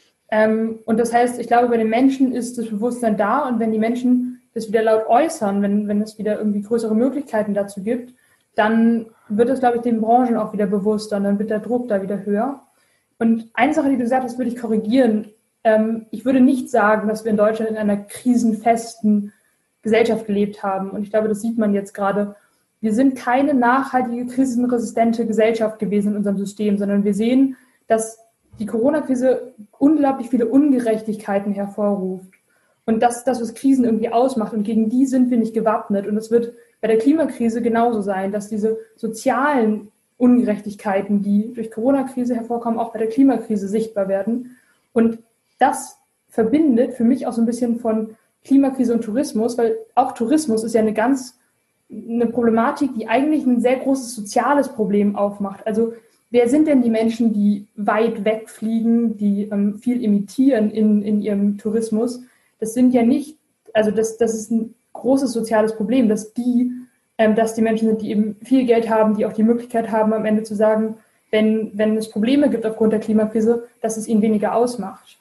Ähm, und das heißt, ich glaube, bei den Menschen ist das Bewusstsein da, und wenn die Menschen das wieder laut äußern, wenn, wenn es wieder irgendwie größere Möglichkeiten dazu gibt, dann wird es, glaube ich, den Branchen auch wieder bewusster und dann wird der Druck da wieder höher. Und eine Sache, die du gesagt hast, würde ich korrigieren. Ähm, ich würde nicht sagen, dass wir in Deutschland in einer krisenfesten Gesellschaft gelebt haben. Und ich glaube, das sieht man jetzt gerade. Wir sind keine nachhaltige, krisenresistente Gesellschaft gewesen in unserem System, sondern wir sehen, dass die Corona-Krise unglaublich viele Ungerechtigkeiten hervorruft. Und das ist das, was Krisen irgendwie ausmacht. Und gegen die sind wir nicht gewappnet. Und es wird bei der Klimakrise genauso sein, dass diese sozialen Ungerechtigkeiten, die durch Corona-Krise hervorkommen, auch bei der Klimakrise sichtbar werden. Und das verbindet für mich auch so ein bisschen von Klimakrise und Tourismus, weil auch Tourismus ist ja eine ganz eine Problematik, die eigentlich ein sehr großes soziales Problem aufmacht. Also wer sind denn die Menschen, die weit wegfliegen, die ähm, viel imitieren in, in ihrem Tourismus? Das sind ja nicht, also das, das ist ein großes soziales Problem, dass die, ähm, dass die Menschen sind, die eben viel Geld haben, die auch die Möglichkeit haben, am Ende zu sagen, wenn, wenn es Probleme gibt aufgrund der Klimakrise, dass es ihnen weniger ausmacht.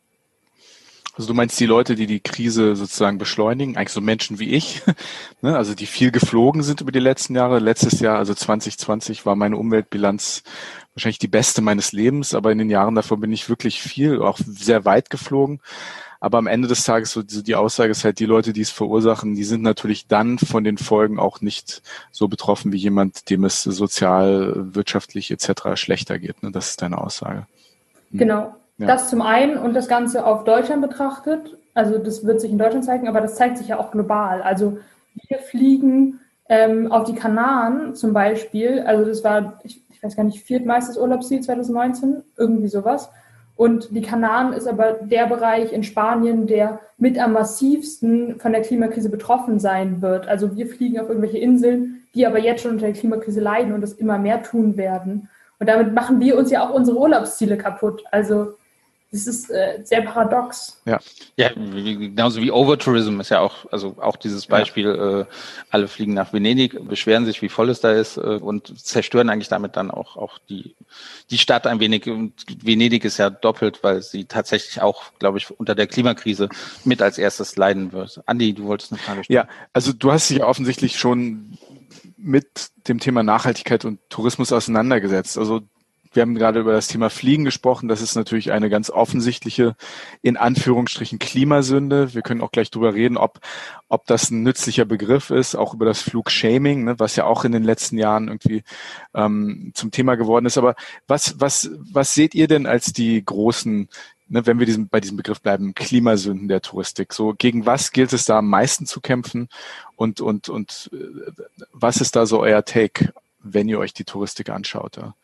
Also du meinst die Leute, die die Krise sozusagen beschleunigen, eigentlich so Menschen wie ich, ne? Also die viel geflogen sind über die letzten Jahre. Letztes Jahr, also zwanzig zwanzig, war meine Umweltbilanz wahrscheinlich die beste meines Lebens, aber in den Jahren davor bin ich wirklich viel, auch sehr weit geflogen. Aber am Ende des Tages, so die Aussage ist halt, die Leute, die es verursachen, die sind natürlich dann von den Folgen auch nicht so betroffen wie jemand, dem es sozial, wirtschaftlich et cetera schlechter geht. Ne? Das ist deine Aussage. Hm. Genau. Ja. Das zum einen und das Ganze auf Deutschland betrachtet, also das wird sich in Deutschland zeigen, aber das zeigt sich ja auch global. Also wir fliegen ähm, auf die Kanaren zum Beispiel, also das war, ich, ich weiß gar nicht, viertmeistes Urlaubsziel zwanzig neunzehn, irgendwie sowas. Und die Kanaren ist aber der Bereich in Spanien, der mit am massivsten von der Klimakrise betroffen sein wird. Also wir fliegen auf irgendwelche Inseln, die aber jetzt schon unter der Klimakrise leiden und das immer mehr tun werden. Und damit machen wir uns ja auch unsere Urlaubsziele kaputt. Also das ist äh, sehr paradox. Ja, ja, genauso wie Overtourism ist ja auch, also auch dieses Beispiel, ja. äh, alle fliegen nach Venedig, beschweren sich, wie voll es da ist, äh, und zerstören eigentlich damit dann auch, auch die, die Stadt ein wenig. Und Venedig ist ja doppelt, weil sie tatsächlich auch, glaube ich, unter der Klimakrise mit als erstes leiden wird. Andi, du wolltest eine Frage stellen. Ja, also du hast dich offensichtlich schon mit dem Thema Nachhaltigkeit und Tourismus auseinandergesetzt. Also wir haben gerade über das Thema Fliegen gesprochen. Das ist natürlich eine ganz offensichtliche, in Anführungsstrichen, Klimasünde. Wir können auch gleich drüber reden, ob, ob das ein nützlicher Begriff ist, auch über das Flugshaming, ne, was ja auch in den letzten Jahren irgendwie ähm, zum Thema geworden ist. Aber was, was, was seht ihr denn als die großen, ne, wenn wir diesem, bei diesem Begriff bleiben, Klimasünden der Touristik? So, gegen was gilt es da am meisten zu kämpfen? Und, und, und was ist da so euer Take, wenn ihr euch die Touristik anschaut? Ja?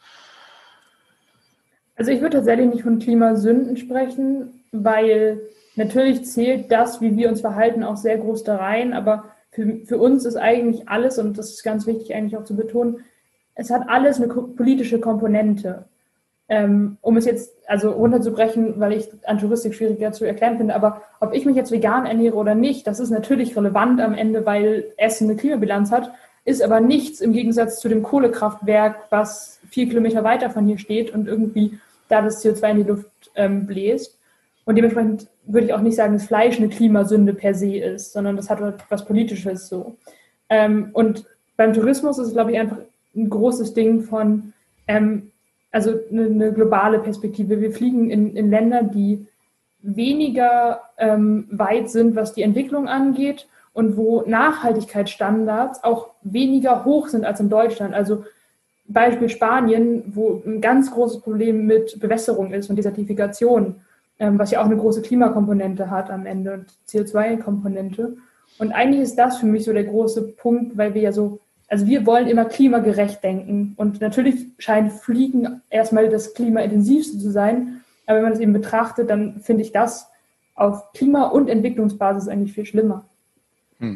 Also ich würde tatsächlich nicht von Klimasünden sprechen, weil natürlich zählt das, wie wir uns verhalten, auch sehr groß da rein. Aber für, für uns ist eigentlich alles, und das ist ganz wichtig eigentlich auch zu betonen, es hat alles eine politische Komponente. Ähm, um es jetzt also runterzubrechen, weil ich an Touristik schwieriger zu erklären finde, aber ob ich mich jetzt vegan ernähre oder nicht, das ist natürlich relevant am Ende, weil Essen eine Klimabilanz hat, ist aber nichts im Gegensatz zu dem Kohlekraftwerk, was vier Kilometer weiter von hier steht und irgendwie da das C O zwei in die Luft ähm, bläst. Und dementsprechend würde ich auch nicht sagen, dass Fleisch eine Klimasünde per se ist, sondern das hat etwas Politisches so. Ähm, und beim Tourismus ist es, glaube ich, einfach ein großes Ding von, ähm, also eine, eine globale Perspektive. Wir fliegen in, in Länder, die weniger ähm, weit sind, was die Entwicklung angeht und wo Nachhaltigkeitsstandards auch weniger hoch sind als in Deutschland. Also Beispiel Spanien, wo ein ganz großes Problem mit Bewässerung ist und Desertifikation, ähm, was ja auch eine große Klimakomponente hat am Ende und C O zwei Komponente. Und eigentlich ist das für mich so der große Punkt, weil wir ja so, also wir wollen immer klimagerecht denken. Und natürlich scheint Fliegen erstmal das klimaintensivste zu sein. Aber wenn man das eben betrachtet, dann finde ich das auf Klima- und Entwicklungsbasis eigentlich viel schlimmer. Hm.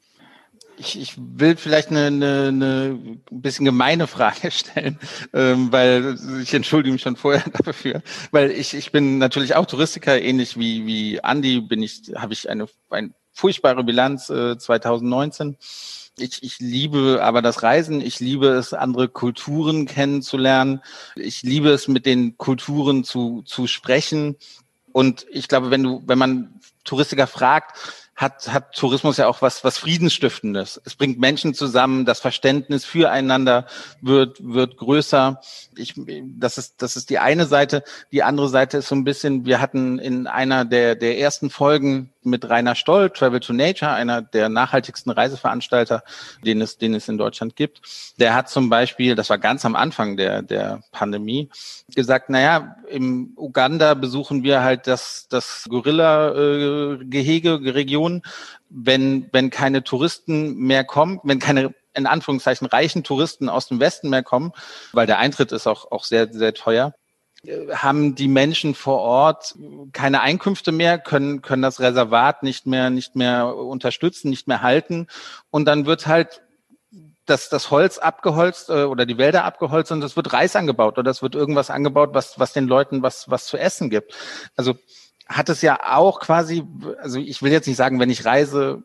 Ich, ich will vielleicht eine, eine, eine ein bisschen gemeine Frage stellen, ähm, weil ich entschuldige mich schon vorher dafür, weil ich, ich bin natürlich auch Touristiker, ähnlich wie, wie Andi, bin ich, habe ich eine, eine furchtbare Bilanz äh, zwanzig neunzehn. Ich, ich liebe aber das Reisen, ich liebe es, andere Kulturen kennenzulernen, ich liebe es, mit den Kulturen zu, zu sprechen. Und ich glaube, wenn du, wenn man Touristiker fragt, hat, hat Tourismus ja auch was, was Friedensstiftendes. Es bringt Menschen zusammen, das Verständnis füreinander wird, wird größer. Ich, das ist, das ist die eine Seite. Die andere Seite ist so ein bisschen, wir hatten in einer der, der ersten Folgen mit Rainer Stoll, Travel to Nature, einer der nachhaltigsten Reiseveranstalter, den es, den es in Deutschland gibt. Der hat zum Beispiel, das war ganz am Anfang der, der Pandemie, gesagt, naja, im Uganda besuchen wir halt das, das Gorilla-Gehege, äh, Region. Wenn, wenn keine Touristen mehr kommen, wenn keine, in Anführungszeichen, reichen Touristen aus dem Westen mehr kommen, weil der Eintritt ist auch, auch sehr, sehr teuer, haben die Menschen vor Ort keine Einkünfte mehr, können, können das Reservat nicht mehr, nicht mehr unterstützen, nicht mehr halten. Und dann wird halt das, das Holz abgeholzt äh, oder die Wälder abgeholzt und es wird Reis angebaut oder es wird irgendwas angebaut, was, was den Leuten was, was zu essen gibt. Also hat es ja auch quasi, also ich will jetzt nicht sagen, wenn ich reise,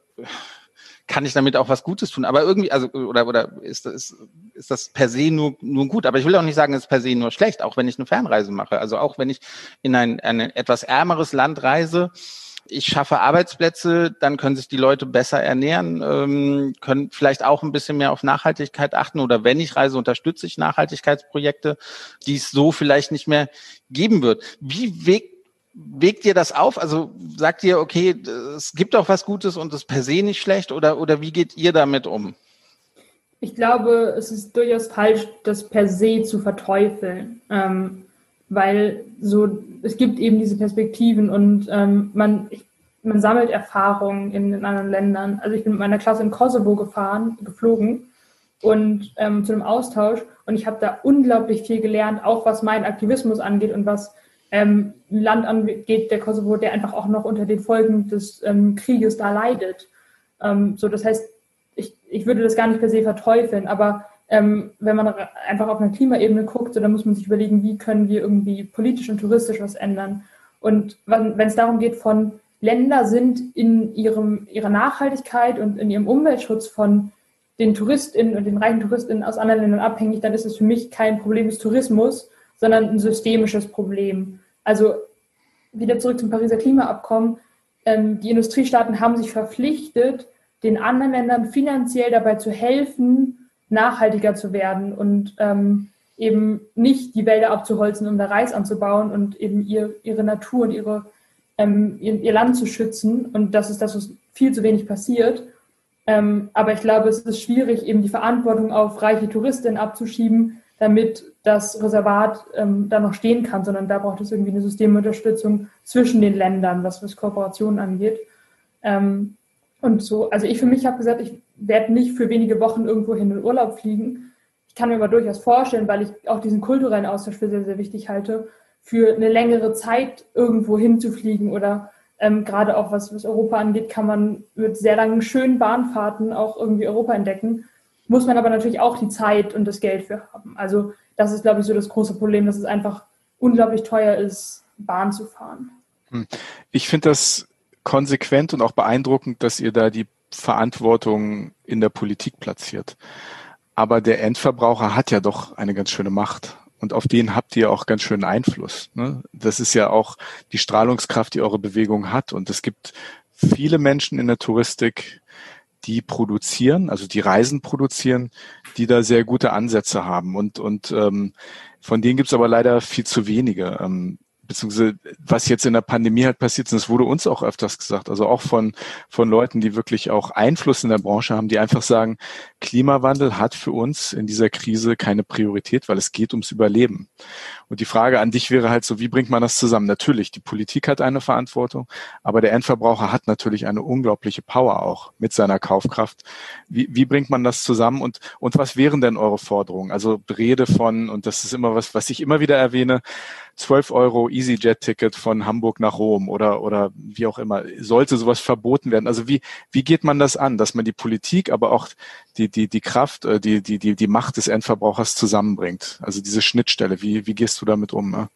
kann ich damit auch was Gutes tun, aber irgendwie, also oder oder ist das, ist das per se nur nur gut, aber ich will auch nicht sagen, es ist per se nur schlecht, auch wenn ich eine Fernreise mache, also auch wenn ich in ein, ein etwas ärmeres Land reise, ich schaffe Arbeitsplätze, dann können sich die Leute besser ernähren, ähm, können vielleicht auch ein bisschen mehr auf Nachhaltigkeit achten oder wenn ich reise, unterstütze ich Nachhaltigkeitsprojekte, die es so vielleicht nicht mehr geben wird. Wie wägt Wägt ihr das auf? Also sagt ihr, okay, es gibt auch was Gutes und es ist per se nicht schlecht oder, oder wie geht ihr damit um? Ich glaube, es ist durchaus falsch, das per se zu verteufeln, ähm, weil so es gibt eben diese Perspektiven und ähm, man, ich, man sammelt Erfahrungen in, in anderen Ländern. Also ich bin mit meiner Klasse in Kosovo gefahren, geflogen und ähm, zu einem Austausch und ich habe da unglaublich viel gelernt, auch was meinen Aktivismus angeht und was Ähm, Land angeht, der Kosovo, der einfach auch noch unter den Folgen des ähm, Krieges da leidet. Ähm, so, das heißt, ich, ich würde das gar nicht per se verteufeln, aber ähm, wenn man einfach auf einer Klimaebene guckt, so, dann muss man sich überlegen, wie können wir irgendwie politisch und touristisch was ändern. Und wenn es darum geht, von Länder sind in ihrem, ihrer Nachhaltigkeit und in ihrem Umweltschutz von den TouristInnen und den reichen TouristInnen aus anderen Ländern abhängig, dann ist es für mich kein Problem des Tourismus, sondern ein systemisches Problem. Also wieder zurück zum Pariser Klimaabkommen. Ähm, die Industriestaaten haben sich verpflichtet, den anderen Ländern finanziell dabei zu helfen, nachhaltiger zu werden und ähm, eben nicht die Wälder abzuholzen, um da Reis anzubauen und eben ihr, ihre Natur und ihre, ähm, ihr, ihr Land zu schützen. Und das ist das, was viel zu wenig passiert. Ähm, aber ich glaube, es ist schwierig, eben die Verantwortung auf reiche Touristinnen abzuschieben, damit das Reservat ähm, da noch stehen kann, sondern da braucht es irgendwie eine Systemunterstützung zwischen den Ländern, was was Kooperationen angeht. Ähm, und so, also ich für mich habe gesagt, ich werde nicht für wenige Wochen irgendwo hin in Urlaub fliegen. Ich kann mir aber durchaus vorstellen, weil ich auch diesen kulturellen Austausch für sehr, sehr wichtig halte, für eine längere Zeit irgendwo hinzufliegen oder ähm, gerade auch was, was Europa angeht, kann man mit sehr langen, schönen Bahnfahrten auch irgendwie Europa entdecken. Muss man aber natürlich auch die Zeit und das Geld für haben. Also das ist, glaube ich, so das große Problem, dass es einfach unglaublich teuer ist, Bahn zu fahren. Ich finde das konsequent und auch beeindruckend, dass ihr da die Verantwortung in der Politik platziert. Aber der Endverbraucher hat ja doch eine ganz schöne Macht. Und auf den habt ihr auch ganz schönen Einfluss. Ne? Das ist ja auch die Strahlungskraft, die eure Bewegung hat. Und es gibt viele Menschen in der Touristik, die produzieren, also die Reisen produzieren, die da sehr gute Ansätze haben. Und, und ähm, von denen gibt es aber leider viel zu wenige. Ähm, beziehungsweise was jetzt in der Pandemie halt passiert ist, das wurde uns auch öfters gesagt, also auch von, von Leuten, die wirklich auch Einfluss in der Branche haben, die einfach sagen, Klimawandel hat für uns in dieser Krise keine Priorität, weil es geht ums Überleben. Und die Frage an dich wäre halt so, wie bringt man das zusammen? Natürlich, die Politik hat eine Verantwortung, aber der Endverbraucher hat natürlich eine unglaubliche Power auch mit seiner Kaufkraft. Wie, wie bringt man das zusammen und, und was wären denn eure Forderungen? Also Rede von, und das ist immer was, was ich immer wieder erwähne, zwölf Euro EasyJet-Ticket von Hamburg nach Rom oder, oder wie auch immer. Sollte sowas verboten werden? Also wie, wie geht man das an, dass man die Politik, aber auch die, die, die Kraft, die, die, die, die Macht des Endverbrauchers zusammenbringt? Also diese Schnittstelle, wie, wie gehst du damit um? Ne?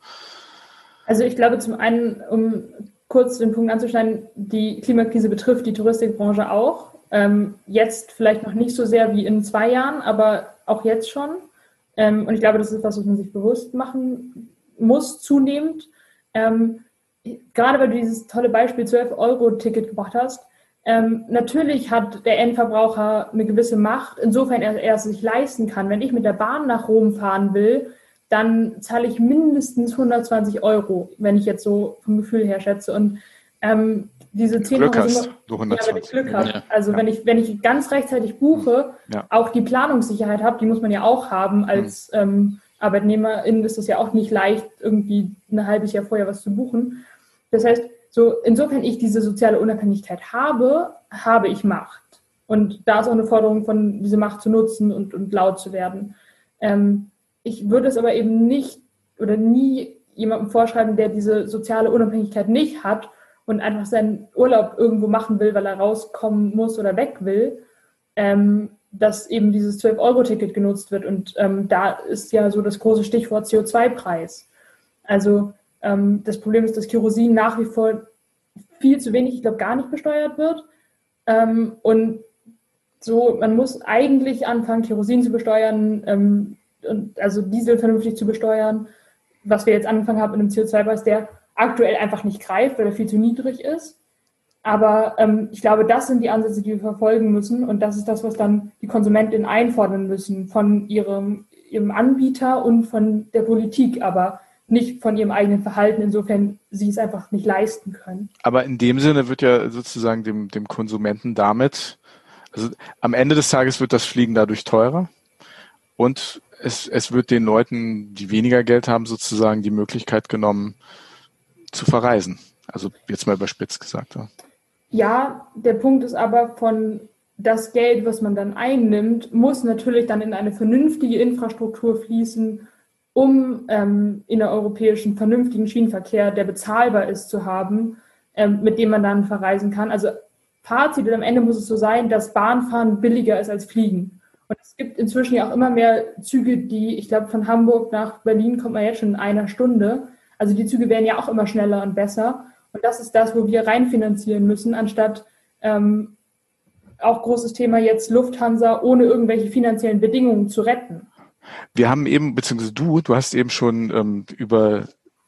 Also ich glaube zum einen, um kurz den Punkt anzuschneiden, die Klimakrise betrifft die Touristikbranche auch. Ähm, jetzt vielleicht noch nicht so sehr wie in zwei Jahren, aber auch jetzt schon. Ähm, und ich glaube, das ist was, was man sich bewusst machen muss, zunehmend. Ähm, gerade weil du dieses tolle Beispiel zwölf-Euro-Ticket gebracht hast. Ähm, natürlich hat der Endverbraucher eine gewisse Macht, insofern er, er es sich leisten kann. Wenn ich mit der Bahn nach Rom fahren will, dann zahle ich mindestens hundertzwanzig Euro, wenn ich jetzt so vom Gefühl her schätze. Und ähm, diese zehn Glück Euro hast, sind du ja, hundertzwanzig. wenn ich Glück habe. Ja. Also Ja. wenn ich wenn ich ganz rechtzeitig buche, Ja. auch die Planungssicherheit habe, die muss man ja auch haben als mhm. ähm, ArbeitnehmerInnen ist es ja auch nicht leicht, irgendwie ein halbes Jahr vorher was zu buchen. Das heißt, so insofern ich diese soziale Unabhängigkeit habe, habe ich Macht. Und da ist auch eine Forderung von, diese Macht zu nutzen und, und laut zu werden. Ähm, ich würde es aber eben nicht oder nie jemandem vorschreiben, der diese soziale Unabhängigkeit nicht hat und einfach seinen Urlaub irgendwo machen will, weil er rauskommen muss oder weg will, ähm, dass eben dieses zwölf-Euro-Ticket genutzt wird. Und ähm, da ist ja so das große Stichwort C O zwei Preis. Also ähm, das Problem ist, dass Kerosin nach wie vor viel zu wenig, ich glaube, gar nicht besteuert wird. Ähm, und so, man muss eigentlich anfangen, Kerosin zu besteuern, ähm, und also Diesel vernünftig zu besteuern, was wir jetzt angefangen haben mit einem C O zwei Preis, der aktuell einfach nicht greift, weil er viel zu niedrig ist. Aber ähm, ich glaube, das sind die Ansätze, die wir verfolgen müssen. Und das ist das, was dann die KonsumentInnen einfordern müssen von ihrem, ihrem Anbieter und von der Politik, aber nicht von ihrem eigenen Verhalten, insofern sie es einfach nicht leisten können. Aber in dem Sinne wird ja sozusagen dem, dem Konsumenten damit, also am Ende des Tages wird das Fliegen dadurch teurer und es, es wird den Leuten, die weniger Geld haben, sozusagen die Möglichkeit genommen, zu verreisen. Also jetzt mal überspitzt gesagt. Ja. Ja, der Punkt ist aber, von das Geld, was man dann einnimmt, muss natürlich dann in eine vernünftige Infrastruktur fließen, um ähm, innereuropäischen vernünftigen Schienenverkehr, der bezahlbar ist, zu haben, ähm, mit dem man dann verreisen kann. Also Fazit, am Ende muss es so sein, dass Bahnfahren billiger ist als Fliegen. Und es gibt inzwischen ja auch immer mehr Züge, die, ich glaube, von Hamburg nach Berlin kommt man jetzt schon in einer Stunde. Also die Züge werden ja auch immer schneller und besser. Und das ist das, wo wir reinfinanzieren müssen, anstatt ähm, auch großes Thema jetzt Lufthansa ohne irgendwelche finanziellen Bedingungen zu retten. Wir haben eben, beziehungsweise du, du hast eben schon ähm, über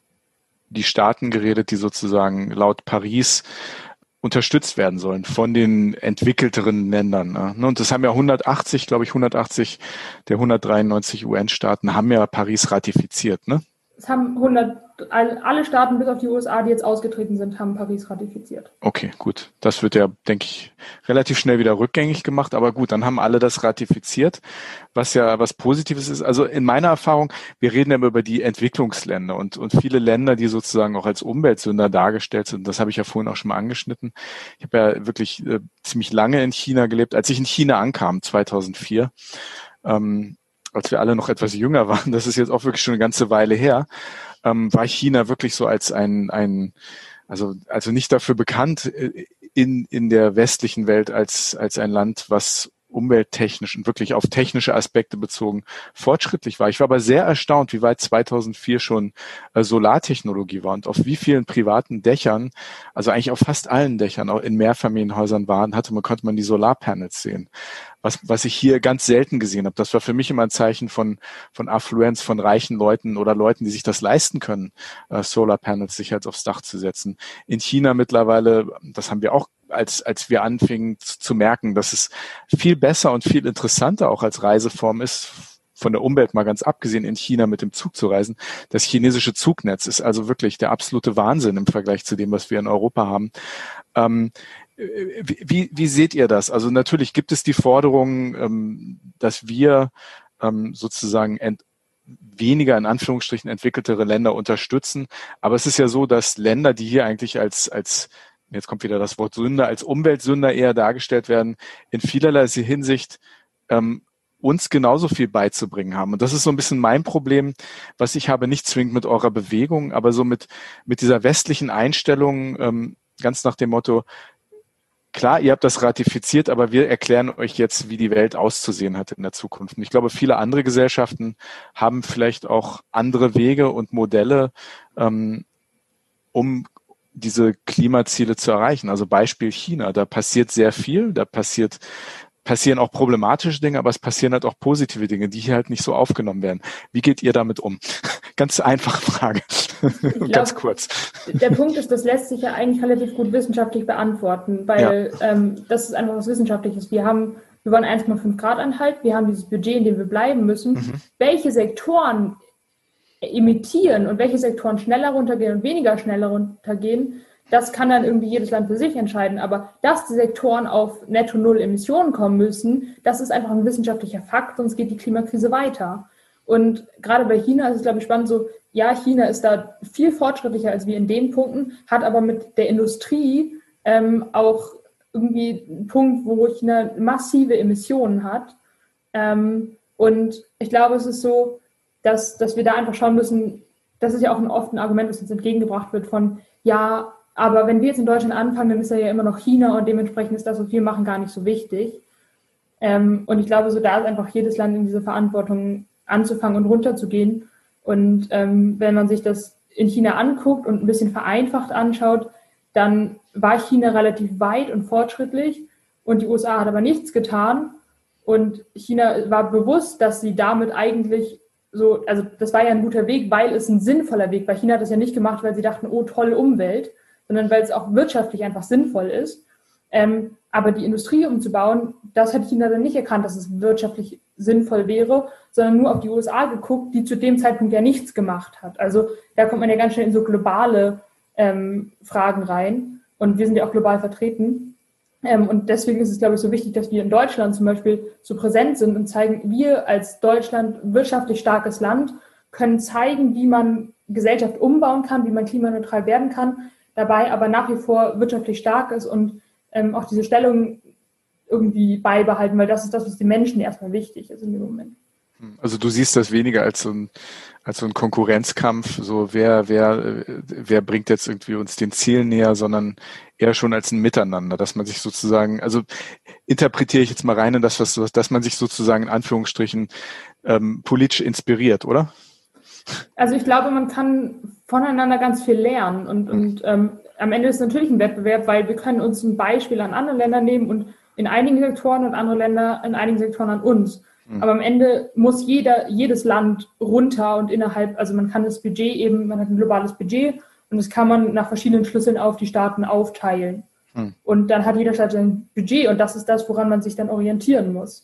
die Staaten geredet, die sozusagen laut Paris unterstützt werden sollen von den entwickelteren Ländern. Ne? Und das haben ja hundertachtzig, glaube ich, hundertachtzig der hundertdreiundneunzig U N-Staaten haben ja Paris ratifiziert, ne? Es haben hundert, alle Staaten bis auf die U S A, die jetzt ausgetreten sind, haben Paris ratifiziert. Okay, gut. Das wird ja, denke ich, relativ schnell wieder rückgängig gemacht. Aber gut, dann haben alle das ratifiziert, was ja was Positives ist. Also in meiner Erfahrung, wir reden ja immer über die Entwicklungsländer und, und viele Länder, die sozusagen auch als Umweltsünder dargestellt sind. Das habe ich ja vorhin auch schon mal angeschnitten. Ich habe ja wirklich äh, ziemlich lange in China gelebt. Als ich in China ankam, zweitausendvier, ähm, als wir alle noch etwas jünger waren, das ist jetzt auch wirklich schon eine ganze Weile her, ähm, war China wirklich so als ein, ein also, also nicht dafür bekannt in, in der westlichen Welt als, als ein Land, was umwelttechnisch und wirklich auf technische Aspekte bezogen fortschrittlich war. Ich war aber sehr erstaunt, wie weit zweitausendvier schon äh, Solartechnologie war und auf wie vielen privaten Dächern, also eigentlich auf fast allen Dächern, auch in Mehrfamilienhäusern waren, hatte man, konnte man die Solarpanels sehen. Was, was ich hier ganz selten gesehen habe. Das war für mich immer ein Zeichen von, von Affluenz, von reichen Leuten oder Leuten, die sich das leisten können, äh, Solarpanels sich jetzt aufs Dach zu setzen. In China mittlerweile, das haben wir auch, als, als wir anfingen zu, zu merken, dass es viel besser und viel interessanter auch als Reiseform ist, von der Umwelt mal ganz abgesehen, in China mit dem Zug zu reisen. Das chinesische Zugnetz ist also wirklich der absolute Wahnsinn im Vergleich zu dem, was wir in Europa haben. Ähm, wie, wie seht ihr das? Also natürlich gibt es die Forderung, ähm, dass wir ähm, sozusagen ent weniger in Anführungsstrichen entwickeltere Länder unterstützen. Aber es ist ja so, dass Länder, die hier eigentlich als, als jetzt kommt wieder das Wort Sünder, als Umweltsünder eher dargestellt werden, in vielerlei Hinsicht ähm, uns genauso viel beizubringen haben. Und das ist so ein bisschen mein Problem, was ich habe, nicht zwingend mit eurer Bewegung, aber so mit, mit dieser westlichen Einstellung, ähm, ganz nach dem Motto, klar, ihr habt das ratifiziert, aber wir erklären euch jetzt, wie die Welt auszusehen hat in der Zukunft. Und ich glaube, viele andere Gesellschaften haben vielleicht auch andere Wege und Modelle, ähm, um diese Klimaziele zu erreichen. Also Beispiel China, da passiert sehr viel, da passiert passieren auch problematische Dinge, aber es passieren halt auch positive Dinge, die hier halt nicht so aufgenommen werden. Wie geht ihr damit um? Ganz einfache Frage. Glaub, Ganz kurz. Der Punkt ist, das lässt sich ja eigentlich relativ gut wissenschaftlich beantworten, weil ja. ähm, das ist einfach was Wissenschaftliches. Wir haben, wir wollen eins Komma fünf Grad Anhalt, wir haben dieses Budget, in dem wir bleiben müssen. Mhm. Welche Sektoren emittieren und welche Sektoren schneller runtergehen und weniger schneller runtergehen, das kann dann irgendwie jedes Land für sich entscheiden. Aber dass die Sektoren auf netto null Emissionen kommen müssen, das ist einfach ein wissenschaftlicher Fakt, sonst geht die Klimakrise weiter. Und gerade bei China ist es, glaube ich, spannend so, ja, China ist da viel fortschrittlicher als wir in den Punkten, hat aber mit der Industrie ähm, auch irgendwie einen Punkt, wo China massive Emissionen hat. Ähm, und ich glaube, es ist so, dass, dass wir da einfach schauen müssen, das ist ja auch ein oft ein Argument, das uns entgegengebracht wird von, ja, aber wenn wir jetzt in Deutschland anfangen, dann ist ja immer noch China und dementsprechend ist das, was wir machen, gar nicht so wichtig. Ähm, und ich glaube, so da ist einfach jedes Land in diese Verantwortung anzufangen und runterzugehen. Und ähm, wenn man sich das in China anguckt und ein bisschen vereinfacht anschaut, dann war China relativ weit und fortschrittlich und die U S A hat aber nichts getan. Und China war bewusst, dass sie damit eigentlich so, also das war ja ein guter Weg, weil es ein sinnvoller Weg war. China hat das ja nicht gemacht, weil sie dachten, oh, tolle Umwelt, sondern weil es auch wirtschaftlich einfach sinnvoll ist. Ähm, aber die Industrie umzubauen, das hat China dann nicht erkannt, dass es wirtschaftlich sinnvoll wäre, sondern nur auf die U S A geguckt, die zu dem Zeitpunkt ja nichts gemacht hat. Also da kommt man ja ganz schnell in so globale ähm, Fragen rein. Und wir sind ja auch global vertreten. Ähm, und deswegen ist es, glaube ich, so wichtig, dass wir in Deutschland zum Beispiel so präsent sind und zeigen, wir als Deutschland, wirtschaftlich starkes Land, können zeigen, wie man Gesellschaft umbauen kann, wie man klimaneutral werden kann, dabei aber nach wie vor wirtschaftlich stark ist und ähm, auch diese Stellung irgendwie beibehalten, weil das ist das, was den Menschen erstmal wichtig ist in dem Moment. Also du siehst das weniger als so ein, als so ein Konkurrenzkampf, so wer, wer, wer bringt jetzt irgendwie uns den Zielen näher, sondern eher schon als ein Miteinander, dass man sich sozusagen, also interpretiere ich jetzt mal rein in das, was, dass man sich sozusagen in Anführungsstrichen ähm, politisch inspiriert, oder? Also ich glaube, man kann voneinander ganz viel lernen und, und ähm, am Ende ist es natürlich ein Wettbewerb, weil wir können uns ein Beispiel an andere Länder nehmen und in einigen Sektoren und andere Länder in einigen Sektoren an uns. Mhm. Aber am Ende muss jeder, jedes Land runter und innerhalb, also man kann das Budget eben, man hat ein globales Budget und das kann man nach verschiedenen Schlüsseln auf die Staaten aufteilen. Mhm. Und dann hat jeder Staat sein Budget und das ist das, woran man sich dann orientieren muss.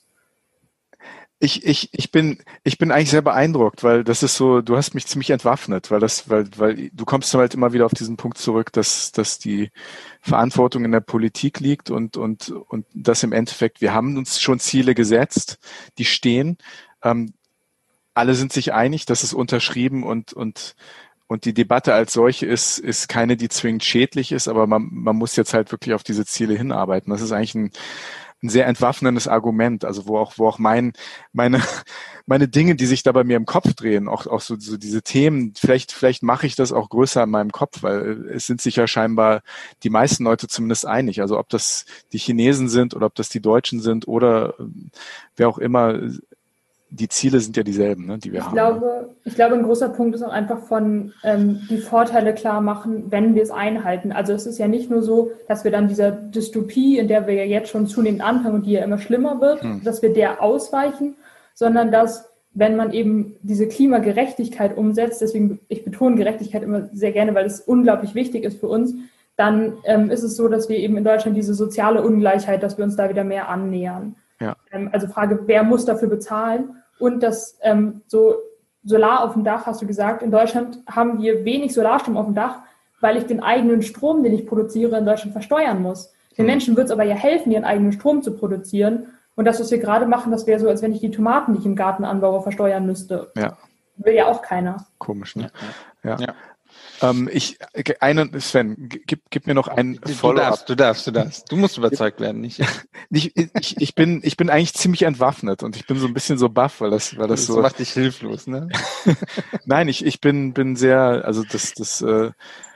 Ich, ich, ich bin, ich bin eigentlich sehr beeindruckt, weil das ist so, du hast mich ziemlich entwaffnet, weil das, weil, weil du kommst halt immer wieder auf diesen Punkt zurück, dass, dass die Verantwortung in der Politik liegt und, und, und das im Endeffekt, wir haben uns schon Ziele gesetzt, die stehen, ähm, alle sind sich einig, das ist unterschrieben und, und, und die Debatte als solche ist, ist keine, die zwingend schädlich ist, aber man, man muss jetzt halt wirklich auf diese Ziele hinarbeiten. Das ist eigentlich ein, ein sehr entwaffnendes Argument, also wo auch, wo auch mein, meine, meine Dinge, die sich da bei mir im Kopf drehen, auch, auch so, so diese Themen, vielleicht, vielleicht mache ich das auch größer in meinem Kopf, weil es sind sich ja scheinbar die meisten Leute zumindest einig. Also ob das die Chinesen sind oder ob das die Deutschen sind oder wer auch immer, die Ziele sind ja dieselben, ne, die wir ich haben. Glaube, ich glaube, ein großer Punkt ist auch einfach von ähm, die Vorteile klar machen, wenn wir es einhalten. Also es ist ja nicht nur so, dass wir dann dieser Dystopie, in der wir ja jetzt schon zunehmend anfangen und die ja immer schlimmer wird, hm. dass wir der ausweichen, sondern dass, wenn man eben diese Klimagerechtigkeit umsetzt, deswegen, ich betone Gerechtigkeit immer sehr gerne, weil es unglaublich wichtig ist für uns, dann ähm, ist es so, dass wir eben in Deutschland diese soziale Ungleichheit, dass wir uns da wieder mehr annähern. Ja. Ähm, also Frage, wer muss dafür bezahlen? und das ähm, so Solar auf dem Dach, hast du gesagt. In Deutschland haben wir wenig Solarstrom auf dem Dach, weil ich den eigenen Strom, den ich produziere, in Deutschland versteuern muss. Den Menschen wird es aber ja helfen, ihren eigenen Strom zu produzieren. Und das, was wir gerade machen, das wäre so, als wenn ich die Tomaten, die ich im Garten anbaue, versteuern müsste. Ja. Will ja auch keiner. Komisch, ne? Ja. Ja. ja. Ähm, ich, einen, Sven, gib, gib mir noch einen Du Follow-up. darfst, du darfst, du darfst. Du musst überzeugt werden, nicht? Ich, ich, ich, bin, ich bin eigentlich ziemlich entwaffnet und ich bin so ein bisschen so baff, weil das, weil das, das so. macht dich hilflos, ne? Nein, ich, ich bin, bin sehr, also das, das, äh,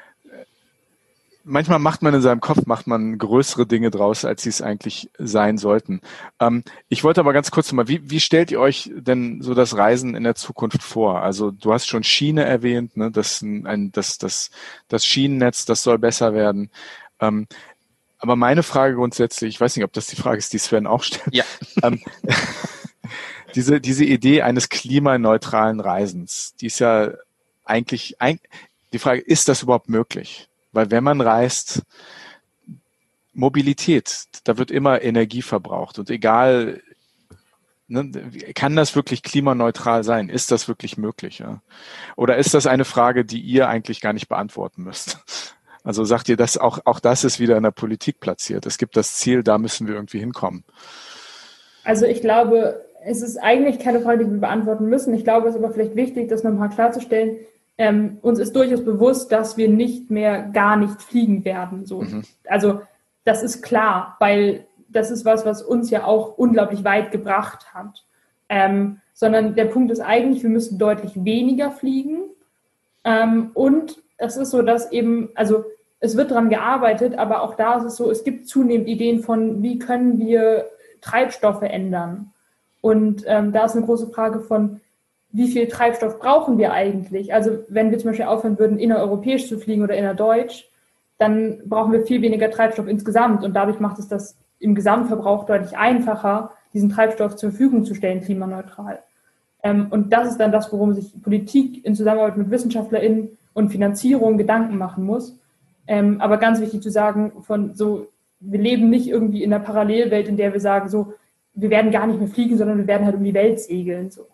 manchmal macht man in seinem Kopf, macht man größere Dinge draus, als sie es eigentlich sein sollten. Ähm, ich wollte aber ganz kurz nochmal, wie, wie stellt ihr euch denn so das Reisen in der Zukunft vor? Also du hast schon Schiene erwähnt, ne? das, ein, das, das, das Schienennetz, das soll besser werden. Ähm, aber meine Frage grundsätzlich, ich weiß nicht, ob das die Frage ist, die Sven auch stellt. Ja. Ähm, diese, diese Idee eines klimaneutralen Reisens, die ist ja eigentlich, ein, die Frage, ist das überhaupt möglich? Weil wenn man reist, Mobilität, da wird immer Energie verbraucht und egal, ne, kann das wirklich klimaneutral sein? Ist das wirklich möglich? Ja? Oder ist das eine Frage, die ihr eigentlich gar nicht beantworten müsst? Also sagt ihr, dass auch, auch das ist wieder in der Politik platziert. Es gibt das Ziel, da müssen wir irgendwie hinkommen. Also ich glaube, es ist eigentlich keine Frage, die wir beantworten müssen. Ich glaube, es ist aber vielleicht wichtig, das nochmal klarzustellen. Ähm, uns ist durchaus bewusst, dass wir nicht mehr gar nicht fliegen werden. So. Mhm. Also das ist klar, weil das ist was, was uns ja auch unglaublich weit gebracht hat. Ähm, sondern der Punkt ist eigentlich, wir müssen deutlich weniger fliegen. Ähm, und es ist so, dass eben, also es wird daran gearbeitet, aber auch da ist es so, es gibt zunehmend Ideen von, wie können wir Treibstoffe ändern. Und ähm, da ist eine große Frage von, wie viel Treibstoff brauchen wir eigentlich? Also wenn wir zum Beispiel aufhören würden, innereuropäisch zu fliegen oder innerdeutsch, dann brauchen wir viel weniger Treibstoff insgesamt und dadurch macht es das im Gesamtverbrauch deutlich einfacher, diesen Treibstoff zur Verfügung zu stellen, klimaneutral. Ähm, und das ist dann das, worum sich Politik in Zusammenarbeit mit WissenschaftlerInnen und Finanzierung Gedanken machen muss. Ähm, aber ganz wichtig zu sagen, von so, wir leben nicht irgendwie in einer Parallelwelt, in der wir sagen, so, wir werden gar nicht mehr fliegen, sondern wir werden halt um die Welt segeln, so.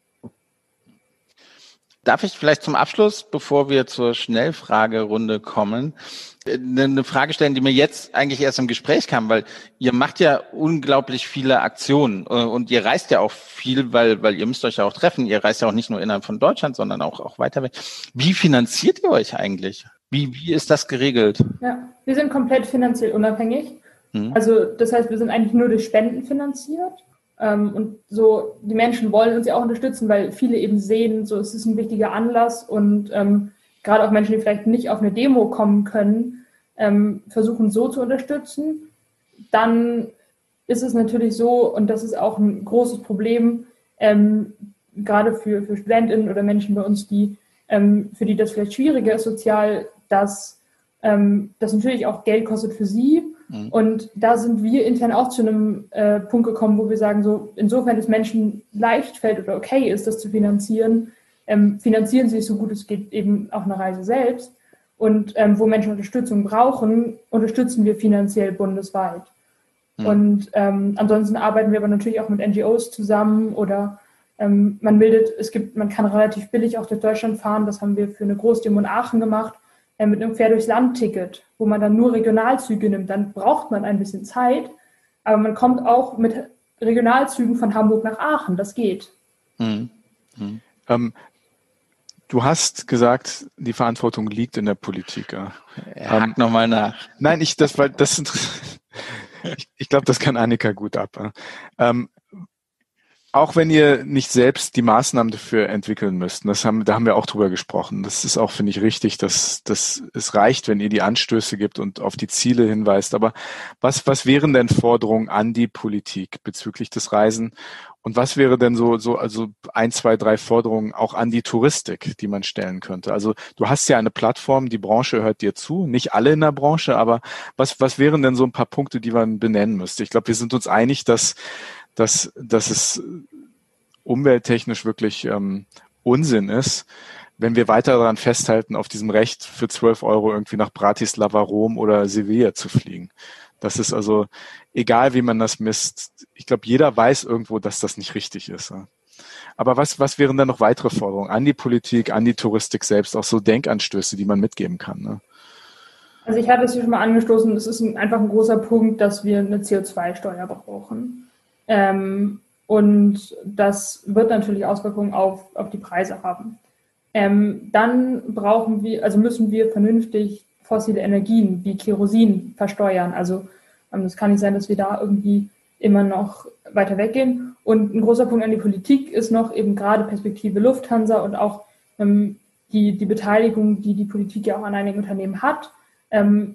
Darf ich vielleicht zum Abschluss, bevor wir zur Schnellfragerunde kommen, eine Frage stellen, die mir jetzt eigentlich erst im Gespräch kam, weil ihr macht ja unglaublich viele Aktionen und ihr reist ja auch viel, weil weil ihr müsst euch ja auch treffen. Ihr reist ja auch nicht nur innerhalb von Deutschland, sondern auch auch weiter weg. Wie finanziert ihr euch eigentlich? Wie wie ist das geregelt? Ja, wir sind komplett finanziell unabhängig. Hm. Also das heißt, wir sind eigentlich nur durch Spenden finanziert. Und so, die Menschen wollen uns ja auch unterstützen, weil viele eben sehen, so es ist ein wichtiger Anlass und ähm, gerade auch Menschen, die vielleicht nicht auf eine Demo kommen können, ähm, versuchen so zu unterstützen. Dann ist es natürlich so, und das ist auch ein großes Problem, ähm, gerade für, für StudentInnen oder Menschen bei uns, die ähm, für die das vielleicht schwieriger ist sozial, dass ähm, das natürlich auch Geld kostet für sie. Und da sind wir intern auch zu einem äh, Punkt gekommen, wo wir sagen, so insofern es Menschen leicht fällt oder okay ist, das zu finanzieren, ähm, finanzieren sie es so gut es geht eben auch eine Reise selbst. Und ähm, wo Menschen Unterstützung brauchen, unterstützen wir finanziell bundesweit. Mhm. Und ähm, ansonsten arbeiten wir aber natürlich auch mit N G Os zusammen oder ähm, man bildet, es gibt, man kann relativ billig auch durch Deutschland fahren, das haben wir für eine Großdemo in Aachen gemacht, mit einem Quer durchs Land-Ticket, wo man dann nur Regionalzüge nimmt, dann braucht man ein bisschen Zeit, aber man kommt auch mit Regionalzügen von Hamburg nach Aachen, das geht. Mhm. Mhm. Ähm, du hast gesagt, die Verantwortung liegt in der Politik. Ja. Hakt ähm, nochmal nach. Nein, ich, das, weil das ich, ich glaube, das kann Annika gut ab. Ähm, Auch wenn ihr nicht selbst die Maßnahmen dafür entwickeln müsst, das haben, da haben wir auch drüber gesprochen. Das ist auch, finde ich, richtig, dass, dass es reicht, wenn ihr die Anstöße gibt und auf die Ziele hinweist. Aber was, was wären denn Forderungen an die Politik bezüglich des Reisen? Und was wäre denn so, so, also ein, zwei, drei Forderungen auch an die Touristik, die man stellen könnte? Also du hast ja eine Plattform, die Branche hört dir zu, nicht alle in der Branche, aber was, was wären denn so ein paar Punkte, die man benennen müsste? Ich glaube, wir sind uns einig, dass dass, dass es umwelttechnisch wirklich ähm, Unsinn ist, wenn wir weiter daran festhalten, auf diesem Recht für zwölf Euro irgendwie nach Bratislava, Rom oder Sevilla zu fliegen. Das ist also, egal wie man das misst, ich glaube, jeder weiß irgendwo, dass das nicht richtig ist. Ja. Aber was, was wären dann noch weitere Forderungen an die Politik, an die Touristik selbst, auch so Denkanstöße, die man mitgeben kann? Ne? Also ich hatte es hier schon mal angestoßen, es ist ein, einfach ein großer Punkt, dass wir eine C O zwei Steuer brauchen. Ähm, und das wird natürlich Auswirkungen auf, auf die Preise haben. Ähm, dann brauchen wir, also müssen wir vernünftig fossile Energien wie Kerosin versteuern. Also ähm, es kann nicht sein, dass wir da irgendwie immer noch weiter weggehen. Und ein großer Punkt an die Politik ist noch eben gerade Perspektive Lufthansa und auch ähm, die, die Beteiligung, die die Politik ja auch an einigen Unternehmen hat. Ähm,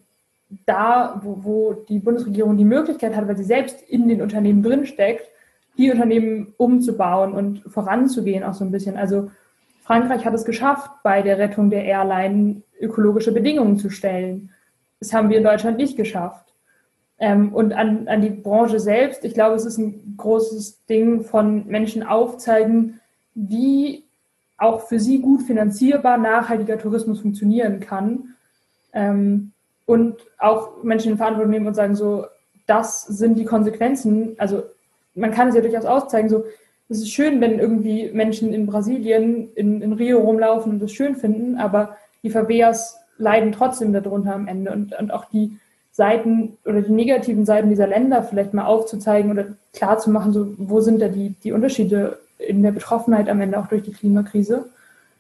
da, wo, wo die Bundesregierung die Möglichkeit hat, weil sie selbst in den Unternehmen drinsteckt, die Unternehmen umzubauen und voranzugehen auch so ein bisschen. Also Frankreich hat es geschafft, bei der Rettung der Airline ökologische Bedingungen zu stellen. Das haben wir in Deutschland nicht geschafft. Ähm, und an, an die Branche selbst, ich glaube, es ist ein großes Ding von Menschen aufzeigen, wie auch für sie gut finanzierbar nachhaltiger Tourismus funktionieren kann. Ähm, und auch Menschen in Verantwortung nehmen und sagen so, das sind die Konsequenzen. Also man kann es ja durchaus auszeigen, so, es ist schön, wenn irgendwie Menschen in Brasilien, in, in Rio rumlaufen und das schön finden, aber die Favelas leiden trotzdem darunter am Ende. Und, und auch die Seiten oder die negativen Seiten dieser Länder vielleicht mal aufzuzeigen oder klarzumachen, so, wo sind da die, die Unterschiede in der Betroffenheit am Ende auch durch die Klimakrise.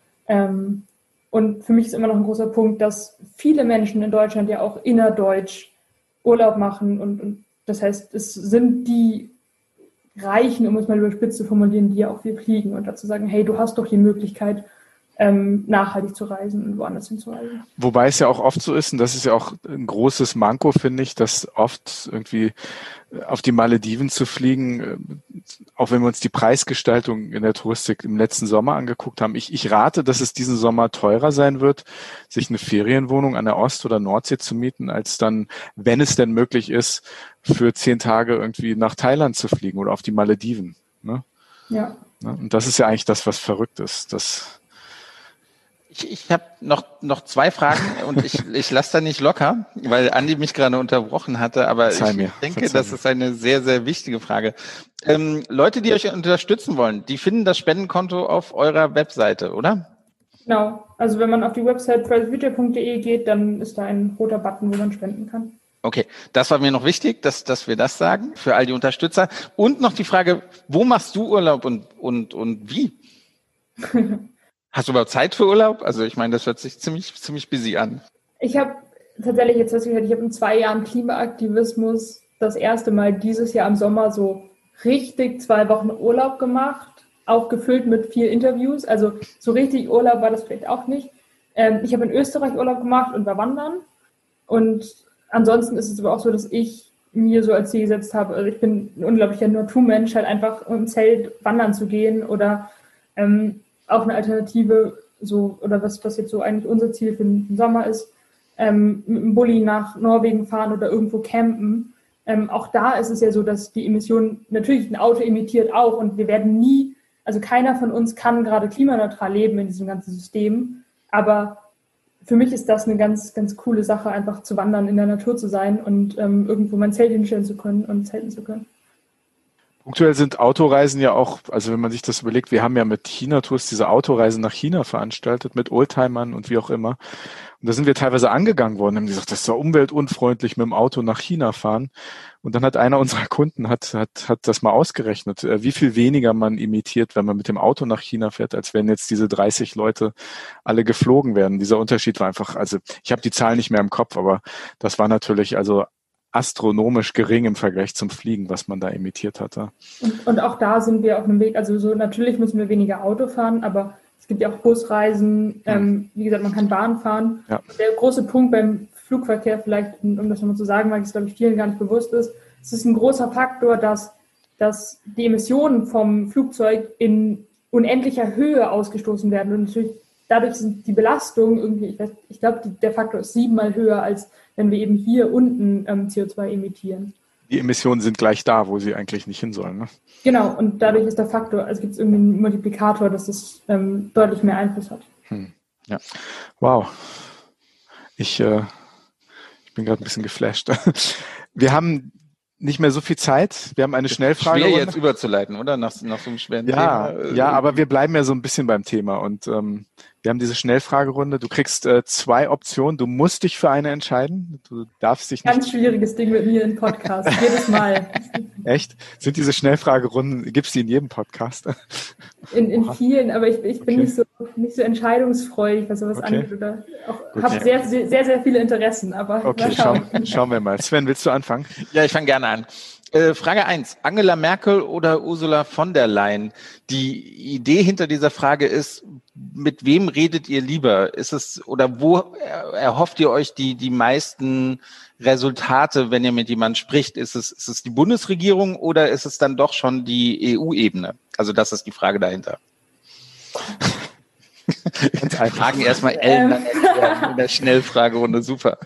Ähm, und für mich ist immer noch ein großer Punkt, dass viele Menschen in Deutschland ja auch innerdeutsch Urlaub machen. Und, und das heißt, es sind die Reichen, um es mal überspitzt zu formulieren, die ja auch viel fliegen und dazu sagen, hey, du hast doch die Möglichkeit, ähm, nachhaltig zu reisen und woanders hinzureisen. Wobei es ja auch oft so ist, und das ist ja auch ein großes Manko, finde ich, dass oft irgendwie auf die Malediven zu fliegen, auch wenn wir uns die Preisgestaltung in der Touristik im letzten Sommer angeguckt haben, ich, ich rate, dass es diesen Sommer teurer sein wird, sich eine Ferienwohnung an der Ost- oder Nordsee zu mieten, als dann, wenn es denn möglich ist, für zehn Tage irgendwie nach Thailand zu fliegen oder auf die Malediven. Ne? Ja. Und das ist ja eigentlich das, was verrückt ist. Das Ich, ich habe noch noch zwei Fragen und ich, ich lasse da nicht locker, weil Andi mich gerade unterbrochen hatte, aber Verzeih ich mir. denke, Verzeih das mir. ist eine sehr, sehr wichtige Frage. Ähm, Leute, die euch unterstützen wollen, die finden das Spendenkonto auf eurer Webseite, oder? Genau. Also wenn man auf die Website fridays future punkt de geht, dann ist da ein roter Button, wo man spenden kann. Okay, das war mir noch wichtig, dass, dass wir das sagen für all die Unterstützer. Und noch die Frage, wo machst du Urlaub und, und, und wie? Hast du überhaupt Zeit für Urlaub? Also ich meine, das hört sich ziemlich, ziemlich busy an. Ich habe tatsächlich jetzt was gehört, ich habe in zwei Jahren Klimaaktivismus das erste Mal dieses Jahr im Sommer so richtig zwei Wochen Urlaub gemacht, auch gefüllt mit vier Interviews. Also so richtig Urlaub war das vielleicht auch nicht. Ähm, ich habe in Österreich Urlaub gemacht und war wandern. Und ansonsten ist es aber auch so, dass ich mir so als Ziel gesetzt habe, also ich bin ein unglaublicher Naturmensch, halt einfach im Zelt wandern zu gehen oder ähm, auch eine Alternative, so, oder was, was jetzt so eigentlich unser Ziel für den Sommer ist, ähm, mit dem Bulli nach Norwegen fahren oder irgendwo campen. Ähm, auch da ist es ja so, dass die Emissionen, natürlich ein Auto emittiert auch und wir werden nie, also keiner von uns kann gerade klimaneutral leben in diesem ganzen System, aber für mich ist das eine ganz, ganz coole Sache, einfach zu wandern, in der Natur zu sein und ähm, irgendwo mein Zelt hinstellen zu können und zelten zu können. Punktuell sind Autoreisen ja auch, also wenn man sich das überlegt, wir haben ja mit China-Tours diese Autoreisen nach China veranstaltet, mit Oldtimern und wie auch immer. Und da sind wir teilweise angegangen worden, haben gesagt, das ist doch umweltunfreundlich mit dem Auto nach China fahren. Und dann hat einer unserer Kunden hat, hat, hat das mal ausgerechnet, wie viel weniger man emittiert, wenn man mit dem Auto nach China fährt, als wenn jetzt diese dreißig Leute alle geflogen werden. Dieser Unterschied war einfach, also ich habe die Zahlen nicht mehr im Kopf, aber das war natürlich also astronomisch gering im Vergleich zum Fliegen, was man da emittiert hatte. Und, und auch da sind wir auf einem Weg, also so natürlich müssen wir weniger Auto fahren, aber es gibt ja auch Busreisen, ähm, wie gesagt, man kann Bahn fahren. Ja. Der große Punkt beim Flugverkehr vielleicht, um das nochmal zu sagen, weil es, glaube ich, vielen gar nicht bewusst ist, es ist ein großer Faktor, dass, dass die Emissionen vom Flugzeug in unendlicher Höhe ausgestoßen werden und natürlich dadurch sind die Belastungen irgendwie, ich, weiß, ich glaube, der Faktor ist siebenmal höher, als wenn wir eben hier unten ähm, C O zwei emittieren. Die Emissionen sind gleich da, wo sie eigentlich nicht hin sollen. Ne? Genau, und dadurch ist der Faktor, also gibt es irgendeinen Multiplikator, dass das ähm, deutlich mehr Einfluss hat. Hm. Ja. Wow. Ich, äh, ich bin gerade ein bisschen geflasht. Wir haben nicht mehr so viel Zeit. Wir haben eine Schnellfrage. Schwer jetzt überzuleiten, oder? Nach, nach so einem schweren ja, Thema. Ja, aber wir bleiben ja so ein bisschen beim Thema. Und ähm, wir haben diese Schnellfragerunde. Du kriegst äh, zwei Optionen. Du musst dich für eine entscheiden. Du darfst dich nicht... Ganz schwieriges Ding mit mir im Podcast. Jedes Mal. Echt? Sind diese Schnellfragerunden, gibt es die in jedem Podcast? In, in vielen, aber ich, ich bin Okay. nicht so nicht so entscheidungsfreudig, was sowas Okay. angeht. Oder Gut. habe sehr, sehr, sehr, sehr viele Interessen. Aber Okay, mal schauen. schauen, schauen wir mal. Sven, willst du anfangen? Ja, ich fange gerne an. Äh, Frage eins. Angela Merkel oder Ursula von der Leyen? Die Idee hinter dieser Frage ist, mit wem redet ihr lieber? Ist es, oder wo erhofft ihr euch die, die meisten Resultate, wenn ihr mit jemandem spricht? Ist es, ist es die Bundesregierung oder ist es dann doch schon die E U-Ebene? Also das ist die Frage dahinter. Fragen erstmal Ellen Ähm. in der Schnellfragerunde. Super.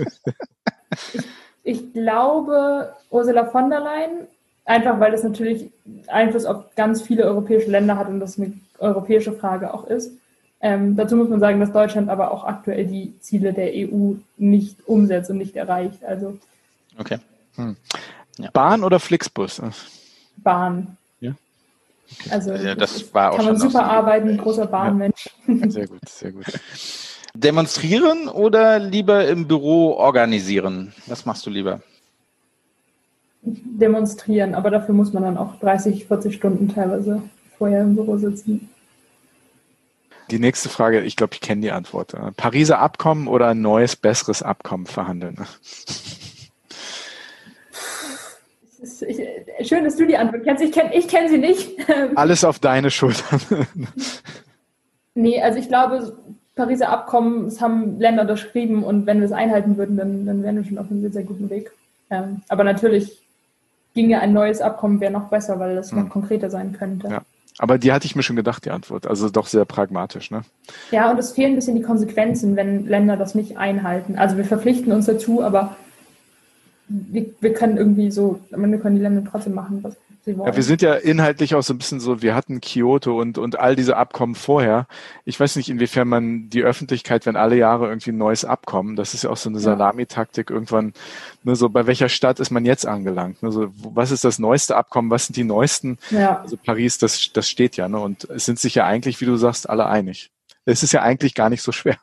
Ich glaube Ursula von der Leyen, einfach weil das natürlich Einfluss auf ganz viele europäische Länder hat und das eine europäische Frage auch ist. Ähm, dazu muss man sagen, dass Deutschland aber auch aktuell die Ziele der E U nicht umsetzt und nicht erreicht. Also Okay. Hm. Ja. Bahn oder Flixbus? Bahn. Ja. Also Ja, das war auch kann man schon super noch so. arbeiten, großer Bahnmensch. Sehr gut, sehr gut. Demonstrieren oder lieber im Büro organisieren? Was machst du lieber? Demonstrieren, aber dafür muss man dann auch dreißig, vierzig Stunden teilweise vorher im Büro sitzen. Die nächste Frage, ich glaube, ich kenne die Antwort. Pariser Abkommen oder ein neues, besseres Abkommen verhandeln? Es ist, ich, schön, dass du die Antwort kennst. Ich kenne ich kenn sie nicht. Alles auf deine Schultern. Nee, also ich glaube, Pariser Abkommen, das haben Länder unterschrieben und wenn wir es einhalten würden, dann, dann wären wir schon auf einem sehr, sehr guten Weg. Ähm, aber natürlich ginge ein neues Abkommen, wäre noch besser, weil das noch Hm. konkreter sein könnte. Ja. Aber die hatte ich mir schon gedacht, die Antwort. Also doch sehr pragmatisch, ne? Ja, und es fehlen ein bisschen die Konsequenzen, wenn Länder das nicht einhalten. Also wir verpflichten uns dazu, aber wir, wir können irgendwie so, am Ende können die Länder trotzdem machen, was sie wollen. Ja, wir sind ja inhaltlich auch so ein bisschen so, wir hatten Kyoto und, und all diese Abkommen vorher. Ich weiß nicht, inwiefern man die Öffentlichkeit, wenn alle Jahre irgendwie ein neues Abkommen, das ist ja auch so eine Ja. Salamitaktik irgendwann, ne, so bei welcher Stadt ist man jetzt angelangt? Ne, so, was ist das neueste Abkommen? Was sind die neuesten? Ja. Also Paris, das, das steht ja, ne? Und es sind sich ja eigentlich, wie du sagst, alle einig. Es ist ja eigentlich gar nicht so schwer.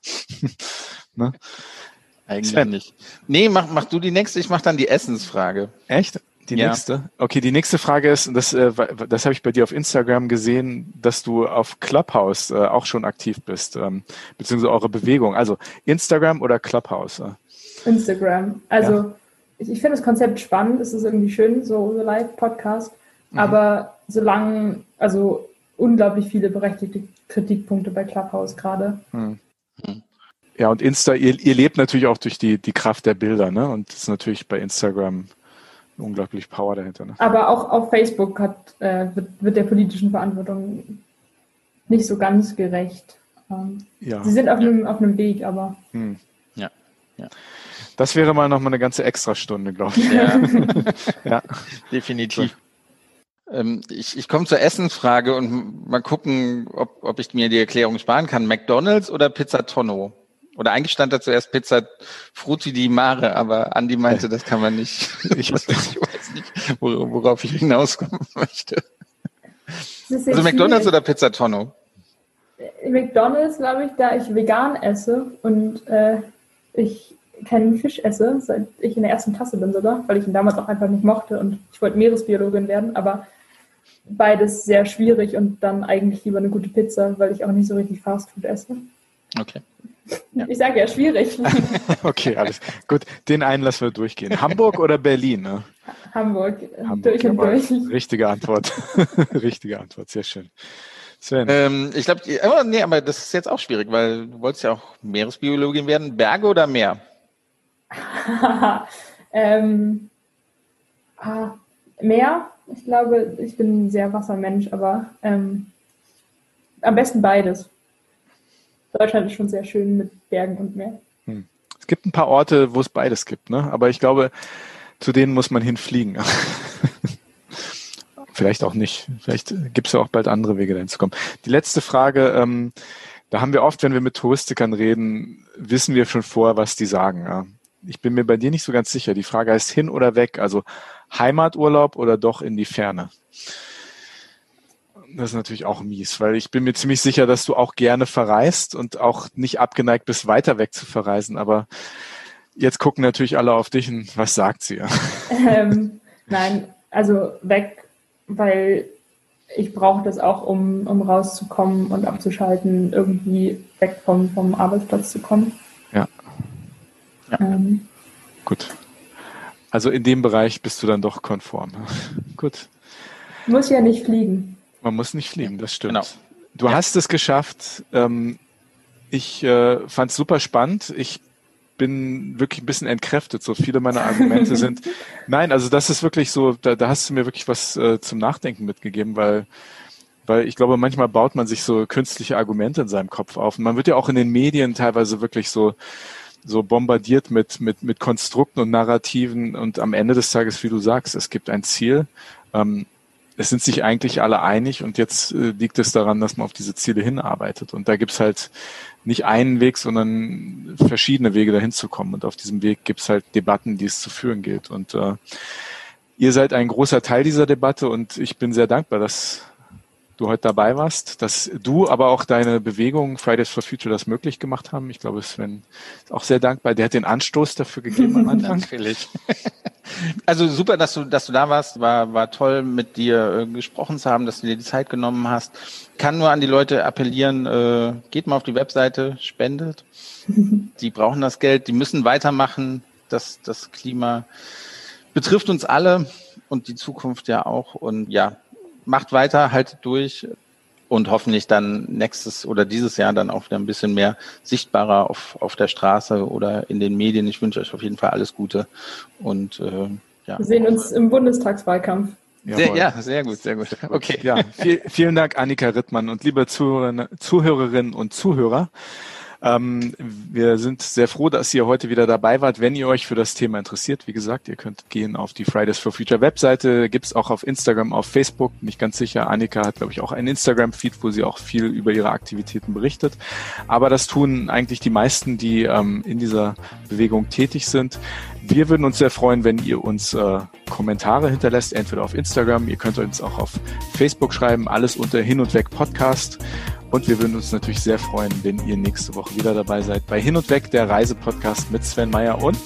Ne? Eigentlich Sven. nicht. Nee, mach, mach du die nächste, ich mach dann die Essensfrage. Echt? Die Ja. nächste? Okay, die nächste Frage ist, und das, äh, das habe ich bei dir auf Instagram gesehen, dass du auf Clubhouse äh, auch schon aktiv bist, ähm, beziehungsweise eure Bewegung. Also Instagram oder Clubhouse? Äh? Instagram. Also Ja. ich, ich finde das Konzept spannend, es ist irgendwie schön, so, so Live-Podcast, Mhm. aber solange, also unglaublich viele berechtigte Kritikpunkte bei Clubhouse gerade. Hm. Ja, und Insta, ihr, ihr lebt natürlich auch durch die, die Kraft der Bilder, ne? Und das ist natürlich bei Instagram unglaublich Power dahinter. Ne? Aber auch auf Facebook hat, äh, wird, wird der politischen Verantwortung nicht so ganz gerecht. Ähm, Ja. Sie sind auf einem, auf einem Weg, aber Hm. Ja. Ja. Das wäre mal noch mal eine ganze Extrastunde, glaube ich. Ja, Ja. definitiv. Ähm, ich ich komme zur Essensfrage und mal gucken, ob, ob ich mir die Erklärung sparen kann. McDonald's oder Pizza Tonno? Oder eigentlich stand da zuerst Pizza Frutti di Mare, aber Andi meinte, das kann man nicht. Ich weiß nicht, wor- worauf ich hinauskommen möchte. es ist sehr Also McDonald's schwierig. oder Pizza Tonno? McDonald's, glaube ich, da ich vegan esse und äh, ich keinen Fisch esse, seit ich in der ersten Klasse bin sogar, weil ich ihn damals auch einfach nicht mochte und ich wollte Meeresbiologin werden, aber beides sehr schwierig und dann eigentlich lieber eine gute Pizza, weil ich auch nicht so richtig Fastfood esse. Okay. Ja. Ich sage ja, schwierig. Okay, alles gut. Den einen lassen wir durchgehen. Hamburg oder Berlin? Ne? Hamburg, Hamburg, durch und jawohl. durch. Richtige Antwort. Richtige Antwort, sehr schön. Sven. Ähm, ich glaube, aber nee, aber das ist jetzt auch schwierig, weil du wolltest ja auch Meeresbiologin werden. Berge oder Meer? ähm, ah, Meer, ich glaube, ich bin ein sehr Wassermensch, aber ähm, am besten beides. Deutschland ist schon sehr schön mit Bergen und Meer. Es gibt ein paar Orte, wo es beides gibt, ne? Aber ich glaube, zu denen muss man hinfliegen. Vielleicht auch nicht. Vielleicht gibt es ja auch bald andere Wege, dahin zu kommen. Die letzte Frage, ähm, da haben wir oft, wenn wir mit Touristikern reden, wissen wir schon vorher, was die sagen. Ja? ich bin mir bei dir nicht so ganz sicher. Die Frage heißt hin oder weg, also Heimaturlaub oder doch in die Ferne. Das ist natürlich auch mies, weil ich bin mir ziemlich sicher, dass du auch gerne verreist und auch nicht abgeneigt bist, weiter weg zu verreisen. Aber jetzt gucken natürlich alle auf dich und was sagt sie? Ähm, nein, also weg, weil ich brauche das auch, um, um rauszukommen und abzuschalten, irgendwie weg vom, vom Arbeitsplatz zu kommen. Ja. Ja. Ähm, Gut. Also in dem Bereich bist du dann doch konform. Gut. muss ja nicht fliegen. Man muss nicht fliegen, das stimmt. Genau. Du Ja. hast es geschafft. Ähm, ich äh, fand es super spannend. Ich bin wirklich ein bisschen entkräftet. So viele meiner Argumente sind. Nein, also das ist wirklich so, da, da hast du mir wirklich was äh, zum Nachdenken mitgegeben, weil, weil ich glaube, manchmal baut man sich so künstliche Argumente in seinem Kopf auf. Und man wird ja auch in den Medien teilweise wirklich so, so bombardiert mit, mit, mit Konstrukten und Narrativen. Und am Ende des Tages, wie du sagst, es gibt ein Ziel. Ähm, Es sind sich eigentlich alle einig und jetzt äh, liegt es daran, dass man auf diese Ziele hinarbeitet. Und da gibt es halt nicht einen Weg, sondern verschiedene Wege, dahin zu kommen. Und auf diesem Weg gibt es halt Debatten, die es zu führen gilt. Und äh, ihr seid ein großer Teil dieser Debatte und ich bin sehr dankbar, dass du heute dabei warst, dass du, aber auch deine Bewegung Fridays for Future das möglich gemacht haben. Ich glaube, Sven ist auch sehr dankbar. Der hat den Anstoß dafür gegeben am Anfang. Natürlich. Also super, dass du, dass du da warst. War, war toll, mit dir äh, gesprochen zu haben, dass du dir die Zeit genommen hast. Kann nur an die Leute appellieren, äh, geht mal auf die Webseite, spendet. Die brauchen das Geld, die müssen weitermachen. Das, das Klima betrifft uns alle und die Zukunft ja auch. Und ja, macht weiter, haltet durch und hoffentlich dann nächstes oder dieses Jahr dann auch wieder ein bisschen mehr sichtbarer auf, auf der Straße oder in den Medien. Ich wünsche euch auf jeden Fall alles Gute und äh, ja. Wir sehen uns im Bundestagswahlkampf. Sehr, ja, sehr gut, sehr gut. Okay. Ja, viel, vielen Dank, Annika Rittmann und liebe Zuhörer, Zuhörerinnen und Zuhörer. Ähm, wir sind sehr froh, dass ihr heute wieder dabei wart. Wenn ihr euch für das Thema interessiert, wie gesagt, ihr könnt gehen auf die Fridays for Future Webseite, gibt's auch auf Instagram, auf Facebook, nicht ganz sicher. Annika hat, glaube ich, auch einen Instagram-Feed, wo sie auch viel über ihre Aktivitäten berichtet. Aber das tun eigentlich die meisten, die ähm, in dieser Bewegung tätig sind. Wir würden uns sehr freuen, wenn ihr uns äh, Kommentare hinterlässt, entweder auf Instagram, ihr könnt uns auch auf Facebook schreiben, alles unter Hin und Weg Podcast. Und wir würden uns natürlich sehr freuen, wenn ihr nächste Woche wieder dabei seid bei Hin und Weg, der Reisepodcast mit Sven Meyer und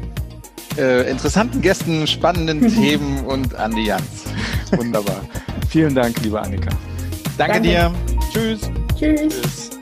Äh, interessanten Gästen, spannenden Themen und Andi Jans. Wunderbar. Vielen Dank, liebe Annika. Danke, Danke. dir. Tschüss. Tschüss. Tschüss.